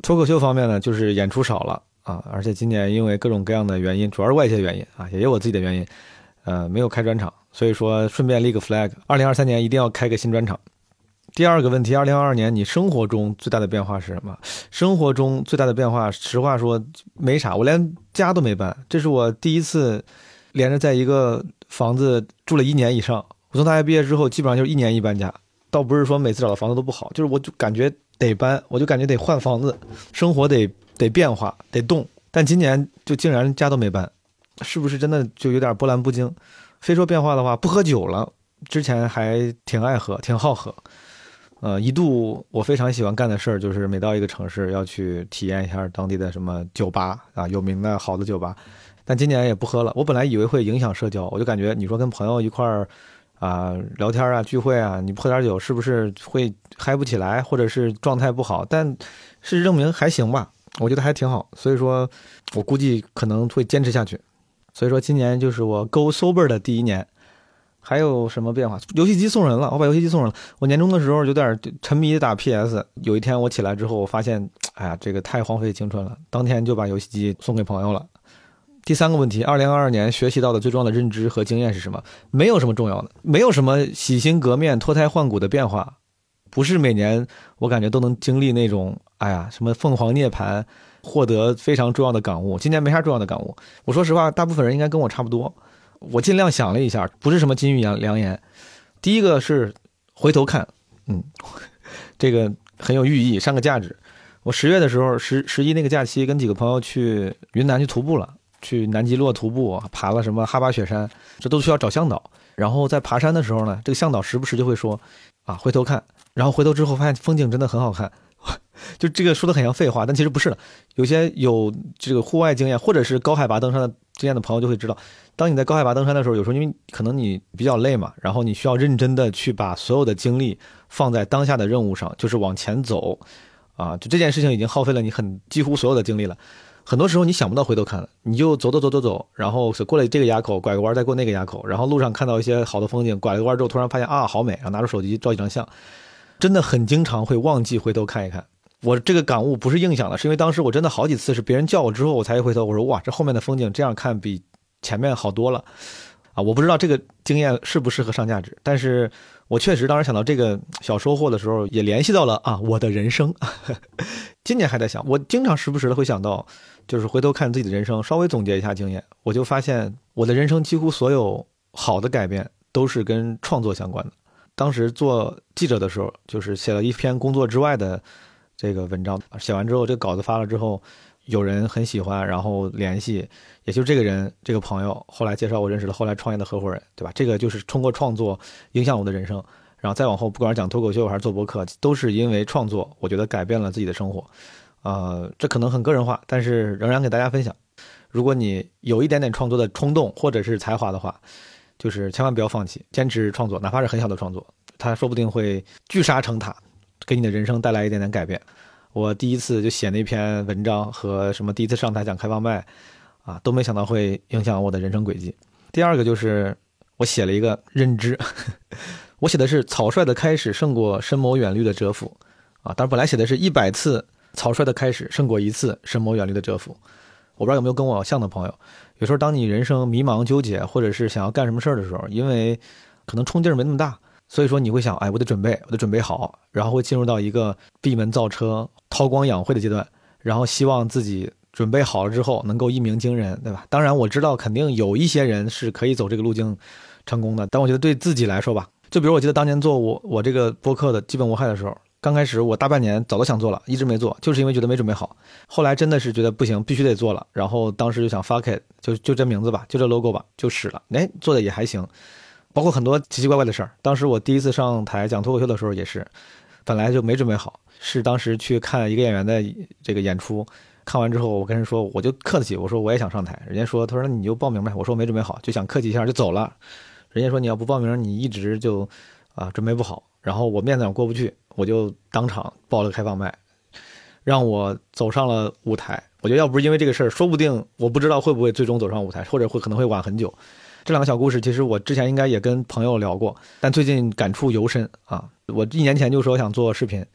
脱口秀方面呢，就是演出少了啊，而且今年因为各种各样的原因，主要是外界原因啊，也有我自己的原因，呃，没有开专场，所以说顺便立个 flag， 二零二三年一定要开个新专场。第二个问题，二零二二年你生活中最大的变化是什么？生活中最大的变化，实话说没啥，我连家都没搬，这是我第一次连着在一个房子住了一年以上。我从大学毕业之后，基本上就是一年一搬家，倒不是说每次找的房子都不好，就是我就感觉得搬，我就感觉得换房子，生活得得变化，得动。但今年就竟然家都没搬，是不是真的就有点波澜不惊？非说变化的话，不喝酒了，之前还挺爱喝，挺好喝。呃，一度我非常喜欢干的事儿就是每到一个城市要去体验一下当地的什么酒吧啊，有名的好的酒吧。但今年也不喝了。我本来以为会影响社交，我就感觉你说跟朋友一块儿啊聊天啊聚会啊，你喝点酒是不是会嗨不起来，或者是状态不好？但事实证明还行吧，我觉得还挺好。所以说我估计可能会坚持下去。所以说今年就是我 go sober 的第一年。还有什么变化？游戏机送人了，我把游戏机送人了。我年终的时候有点沉迷打 P S， 有一天我起来之后，我发现，哎呀，这个太荒废青春了，当天就把游戏机送给朋友了。第三个问题，二零二二年学习到的最重要的认知和经验是什么？没有什么重要的，没有什么洗心革面、脱胎换骨的变化，不是每年我感觉都能经历那种，哎呀，什么凤凰涅槃，获得非常重要的感悟。今年没啥重要的感悟。我说实话，大部分人应该跟我差不多。我尽量想了一下，不是什么金玉良言。第一个是回头看，嗯，这个很有寓意，上个价值。我十月的时候，十十一那个假期，跟几个朋友去云南去徒步了，去南极落徒步，爬了什么哈巴雪山，这都需要找向导。然后在爬山的时候呢，这个向导时不时就会说啊，回头看。然后回头之后发现风景真的很好看。就这个说的很像废话，但其实不是的。有些有这个户外经验或者是高海拔登山的经验的朋友就会知道，当你在高海拔登山的时候，有时候因为可能你比较累嘛，然后你需要认真的去把所有的精力放在当下的任务上，就是往前走啊，就这件事情已经耗费了你很几乎所有的精力了。很多时候你想不到回头看了，你就走走走走走，然后过了这个垭口，拐个弯再过那个垭口，然后路上看到一些好的风景，拐了个弯之后突然发现啊好美，然后拿出手机照几张相，真的很经常会忘记回头看一看。我这个感悟不是硬想的，是因为当时我真的好几次是别人叫我之后我才一回头，我说哇，这后面的风景这样看比前面好多了啊！我不知道这个经验适不适合上价值，但是我确实当时想到这个小收获的时候，也联系到了啊我的人生。今年还在想，我经常时不时的会想到，就是回头看自己的人生，稍微总结一下经验，我就发现我的人生几乎所有好的改变都是跟创作相关的。当时做记者的时候，就是写了一篇工作之外的这个文章，写完之后这个稿子发了之后，有人很喜欢，然后联系，也就是这个人这个朋友后来介绍我认识了后来创业的合伙人，对吧？这个就是通过创作影响我的人生，然后再往后不管是讲脱口秀还是做博客，都是因为创作我觉得改变了自己的生活。呃，这可能很个人化，但是仍然给大家分享。如果你有一点点创作的冲动或者是才华的话，就是千万不要放弃，坚持创作，哪怕是很小的创作，它说不定会聚沙成塔，给你的人生带来一点点改变。我第一次就写那篇文章和什么第一次上台讲开放麦啊，都没想到会影响我的人生轨迹。第二个就是我写了一个认知，我写的是草率的开始胜过深谋远虑的蛰伏啊，当然本来写的是一百次草率的开始胜过一次深谋远虑的蛰伏。我不知道有没有跟我像的朋友，有时候当你人生迷茫纠结，或者是想要干什么事儿的时候，因为可能冲劲儿没那么大，所以说你会想，哎，我得准备，我得准备好，然后会进入到一个闭门造车、韬光养晦的阶段，然后希望自己准备好了之后能够一鸣惊人，对吧？当然我知道肯定有一些人是可以走这个路径成功的，但我觉得对自己来说吧，就比如我记得当年做我我这个播客的基本无害的时候，刚开始我大半年早都想做了，一直没做，就是因为觉得没准备好。后来真的是觉得不行，必须得做了，然后当时就想 fuck it， 就就这名字吧，就这 logo 吧，就使了，哎，做的也还行。包括很多奇奇怪怪的事儿，当时我第一次上台讲脱口秀的时候也是，本来就没准备好，是当时去看一个演员的这个演出，看完之后我跟人说，我就客气，我说我也想上台，人家说，他说那你就报名呗，我说我没准备好，就想客气一下就走了。人家说你要不报名，你一直就啊准备不好，然后我面子上过不去，我就当场报了开放麦，让我走上了舞台。我觉得要不是因为这个事儿，说不定我不知道会不会最终走上舞台，或者会可能会晚很久。这两个小故事其实我之前应该也跟朋友聊过，但最近感触尤深啊。我一年前就说想做视频，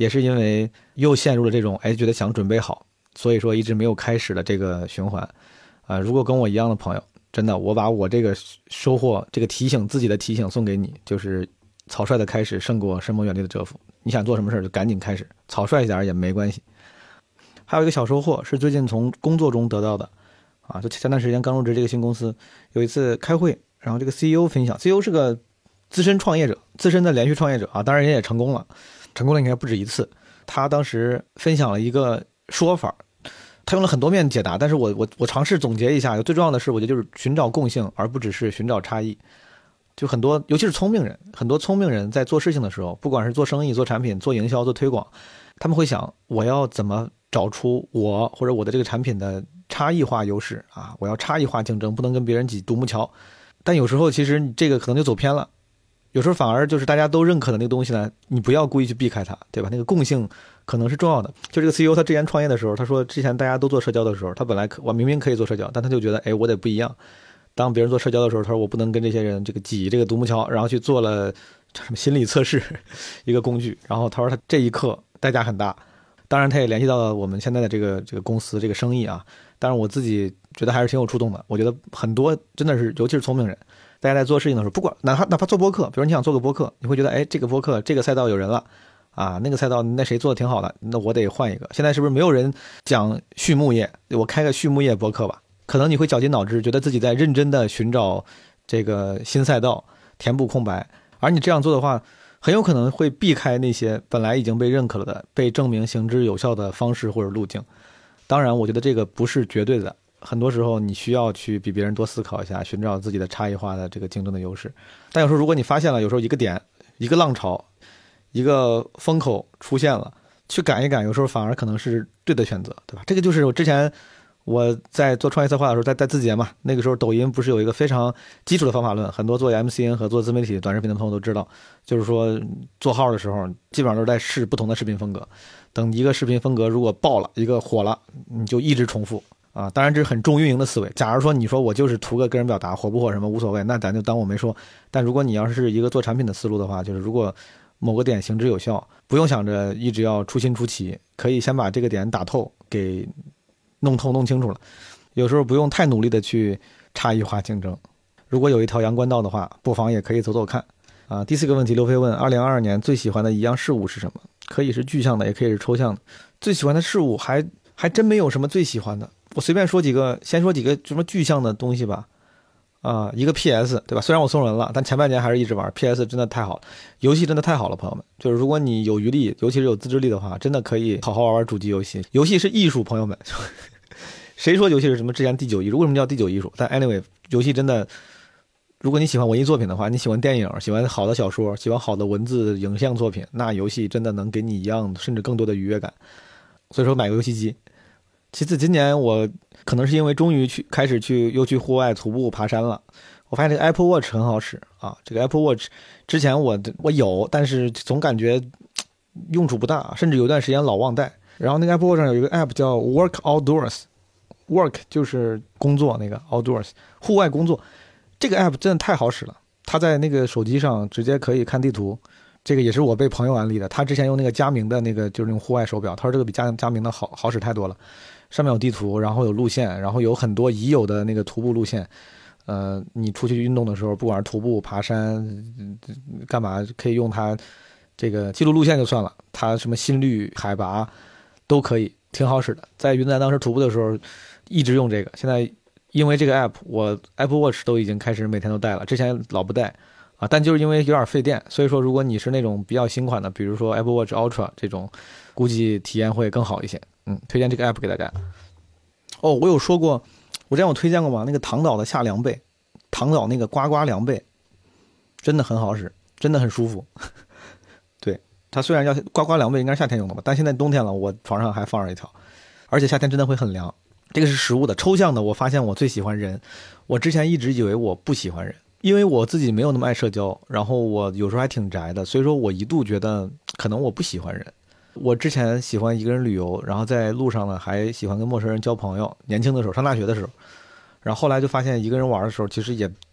也是因为又陷入了这种哎觉得想准备好，所以说一直没有开始的这个循环。啊、呃，如果跟我一样的朋友，真的我把我这个收获这个提醒自己的提醒送给你，就是草率的开始胜过深谋远虑的蛰伏。你想做什么事就赶紧开始，草率一点也没关系。还有一个小收获是最近从工作中得到的啊，就前段时间刚入职这个新公司，有一次开会，然后这个 C E O 分享 ，C E O 是个资深创业者，资深的连续创业者啊，当然人也成功了，成功了应该不止一次。他当时分享了一个说法，他用了很多面解答，但是我我我尝试总结一下，最重要的是我觉得就是寻找共性，而不只是寻找差异。就很多，尤其是聪明人，很多聪明人在做事情的时候，不管是做生意、做产品、做营销、做推广，他们会想，我要怎么找出我或者我的这个产品的差异化优势啊？我要差异化竞争，不能跟别人挤独木桥。但有时候其实你这个可能就走偏了，有时候反而就是大家都认可的那个东西呢，你不要故意去避开它，对吧？那个共性可能是重要的。就这个 C E O 他之前创业的时候，他说之前大家都做社交的时候，他本来可我明明可以做社交，但他就觉得哎，我得不一样。当别人做社交的时候，他说我不能跟这些人这个挤这个独木桥，然后去做了什么心理测试一个工具，然后他说他这一刻代价很大。当然他也联系到了我们现在的这个这个公司这个生意啊，当然我自己觉得还是挺有触动的。我觉得很多真的是尤其是聪明人，大家在做事情的时候，不管哪怕哪怕做播客，比如你想做个播客，你会觉得哎这个播客这个赛道有人了啊，那个赛道那谁做的挺好的，那我得换一个。现在是不是没有人讲畜牧业，我开个畜牧业播客吧？可能你会绞尽脑汁，觉得自己在认真的寻找这个新赛道，填补空白。而你这样做的话，很有可能会避开那些本来已经被认可了的、被证明行之有效的方式或者路径。当然，我觉得这个不是绝对的，很多时候你需要去比别人多思考一下，寻找自己的差异化的这个竞争的优势。但有时候如果你发现了，有时候一个点、一个浪潮、一个风口出现了，去赶一赶，有时候反而可能是对的选择，对吧？这个就是我之前我在做创业策划的时候，在在字节嘛，那个时候抖音不是有一个非常基础的方法论，很多做 M C N 和做自媒体短视频的朋友都知道，就是说做号的时候基本上都是在试不同的视频风格，等一个视频风格如果爆了，一个火了，你就一直重复啊。当然这是很重运营的思维，假如说你说我就是图个个人表达，火不火什么无所谓，那咱就当我没说。但如果你要是一个做产品的思路的话，就是如果某个点行之有效，不用想着一直要出新出奇，可以先把这个点打透，给弄透弄清楚了，有时候不用太努力的去差异化竞争。如果有一条阳关道的话，不妨也可以走走看啊。第四个问题，刘飞问：二零二二年最喜欢的一样事物是什么？可以是具象的，也可以是抽象的。最喜欢的事物还还真没有什么最喜欢的，我随便说几个，先说几个什么具象的东西吧。啊，一个 P S 对吧？虽然我送人了，但前半年还是一直玩 P S， 真的太好了，游戏真的太好了，朋友们。就是如果你有余力，尤其是有自制力的话，真的可以好好玩玩主机游戏。游戏是艺术，朋友们。谁说游戏是什么之前第九艺术？为什么叫第九艺术？但 anyway， 游戏真的，如果你喜欢文艺作品的话，你喜欢电影，喜欢好的小说，喜欢好的文字影像作品，那游戏真的能给你一样甚至更多的愉悦感。所以说买个游戏机。其次，今年我可能是因为终于去开始去又去户外徒步爬山了，我发现这个 Apple Watch 很好使啊。这个 Apple Watch 之前我我有，但是总感觉用处不大，甚至有段时间老忘带。然后那个 Apple Watch 上有一个 App 叫 Work Outdoors，Work 就是工作，那个 Outdoors 户外工作。这个 App 真的太好使了，它在那个手机上直接可以看地图。这个也是我被朋友安利的，他之前用那个佳明的那个就是那种户外手表，他说这个比佳佳明的好好使太多了。上面有地图，然后有路线，然后有很多已有的那个徒步路线。呃，你出去运动的时候，不管是徒步、爬山，干嘛可以用它这个记录路线就算了，它什么心率、海拔都可以，挺好使的。在云南当时徒步的时候，一直用这个。现在因为这个 app， 我 Apple Watch 都已经开始每天都带了，之前老不带啊，但就是因为有点费电，所以说如果你是那种比较新款的，比如说 Apple Watch Ultra 这种，估计体验会更好一些。嗯，推荐这个 app 给大家。哦，我有说过，我之前有推荐过吗？那个唐岛的夏凉被，唐岛那个呱呱凉被，真的很好使，真的很舒服。对，它虽然叫呱呱凉被，应该是夏天用的吧，但现在冬天了，我床上还放着一条，而且夏天真的会很凉。这个是实物的，抽象的，我发现我最喜欢人。我之前一直以为我不喜欢人，因为我自己没有那么爱社交，然后我有时候还挺宅的，所以说我一度觉得可能我不喜欢人。我之前喜欢一个人旅游，然后在路上呢还喜欢跟陌生人交朋友，年轻的时候上大学的时候，然后后来就发现一个人玩的时候其实也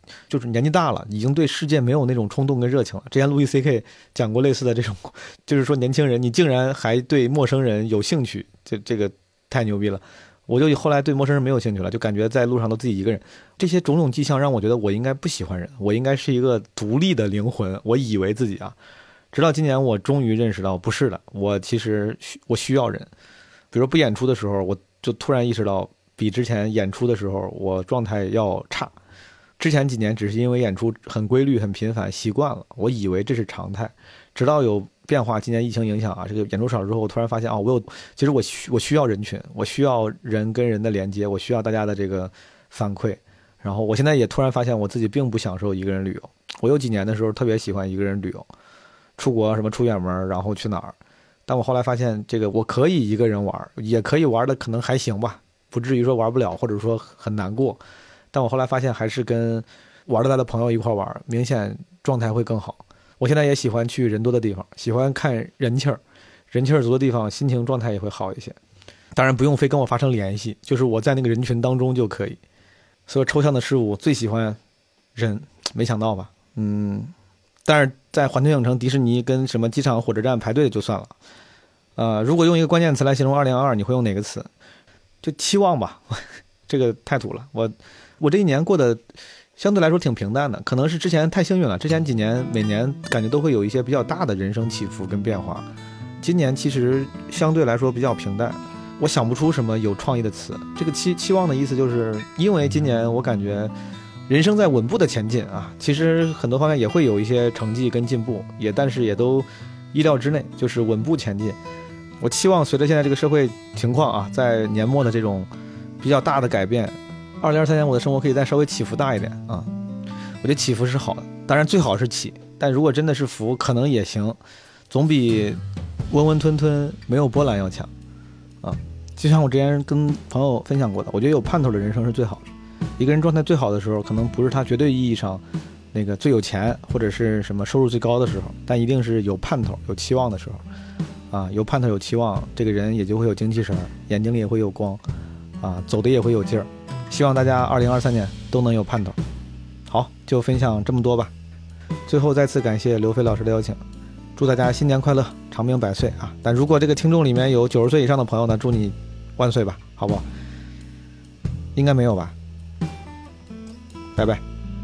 就是年纪大了，已经对世界没有那种冲动跟热情了。之前路易 C K 讲过类似的这种，就是说年轻人你竟然还对陌生人有兴趣，这这个太牛逼了。我就后来对陌生人没有兴趣了，就感觉在路上都自己一个人。这些种种迹象让我觉得我应该不喜欢人，我应该是一个独立的灵魂。我以为自己啊，直到今年我终于认识到不是的，我其实我需要人。比如不演出的时候，我就突然意识到比之前演出的时候我状态要差。之前几年只是因为演出很规律很频繁习惯了，我以为这是常态，直到有变化，今年疫情影响啊，这个演出少之后，我突然发现啊，我有其实我需我需要人群，我需要人跟人的连接，我需要大家的这个反馈。然后我现在也突然发现我自己并不享受一个人旅游。我有几年的时候特别喜欢一个人旅游，出国什么出远门，然后去哪儿。但我后来发现这个我可以一个人玩，也可以玩的可能还行吧，不至于说玩不了或者说很难过。但我后来发现还是跟玩得来的朋友一块玩，明显状态会更好。我现在也喜欢去人多的地方，喜欢看人气儿，人气儿足的地方，心情状态也会好一些。当然不用非跟我发生联系，就是我在那个人群当中就可以。所有抽象的事物最喜欢人，没想到吧？嗯，但是在环球影城、迪士尼跟什么机场、火车站排队就算了。呃，如果用一个关键词来形容二零二二，你会用哪个词？就期望吧，这个太土了。我我这一年过得相对来说挺平淡的，可能是之前太幸运了，之前几年每年感觉都会有一些比较大的人生起伏跟变化，今年其实相对来说比较平淡，我想不出什么有创意的词。这个期期望的意思就是因为今年我感觉人生在稳步的前进啊，其实很多方面也会有一些成绩跟进步，也但是也都意料之内，就是稳步前进。我期望随着现在这个社会情况啊，在年末的这种比较大的改变，二零二三年我的生活可以再稍微起伏大一点啊。我觉得起伏是好的，当然最好是起，但如果真的是伏可能也行，总比温温吞吞没有波澜要强啊。就像我之前跟朋友分享过的，我觉得有盼头的人生是最好的。一个人状态最好的时候，可能不是他绝对意义上那个最有钱或者是什么收入最高的时候，但一定是有盼头有期望的时候啊，有盼头有期望，这个人也就会有精气神，眼睛里也会有光啊，走的也会有劲儿。希望大家二零二三年都能有盼头。好，就分享这么多吧。最后再次感谢刘飞老师的邀请，祝大家新年快乐，长命百岁啊！但如果这个听众里面有九十岁以上的朋友呢，祝你万岁吧，好不好？应该没有吧？拜拜。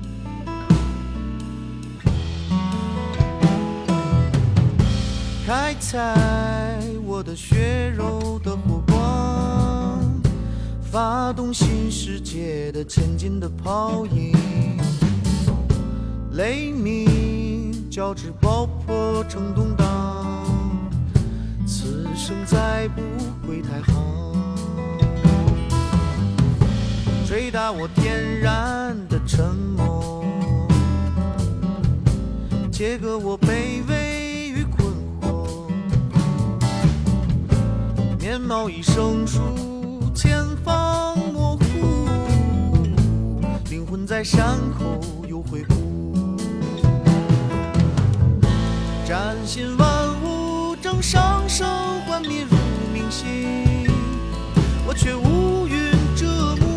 开采我的血肉的火光，发动新世界的前进的泡影，雷鸣交织爆破成动荡，此生再不回太行，吹打我天然的沉默，切割我卑微与困惑，面貌已生疏，前方模糊，灵魂在山口又回顾，崭新万物正上升，幻灭如明星，我却乌云遮目，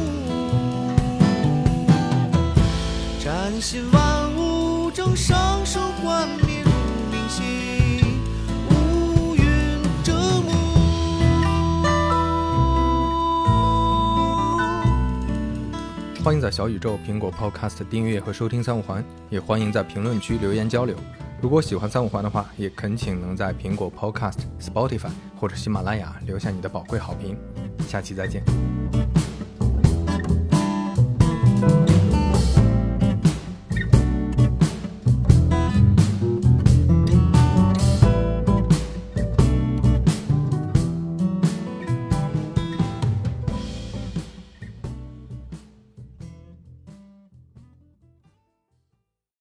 崭新万物正上升，幻灭如明星，乌云遮目。 欢迎在小宇宙、苹果 Podcast 订阅和收听三五环，也欢迎在评论区留言交流。如果喜欢三五环的话，也恳请能在苹果 Podcast、Spotify 或者喜马拉雅留下你的宝贵好评。下期再见。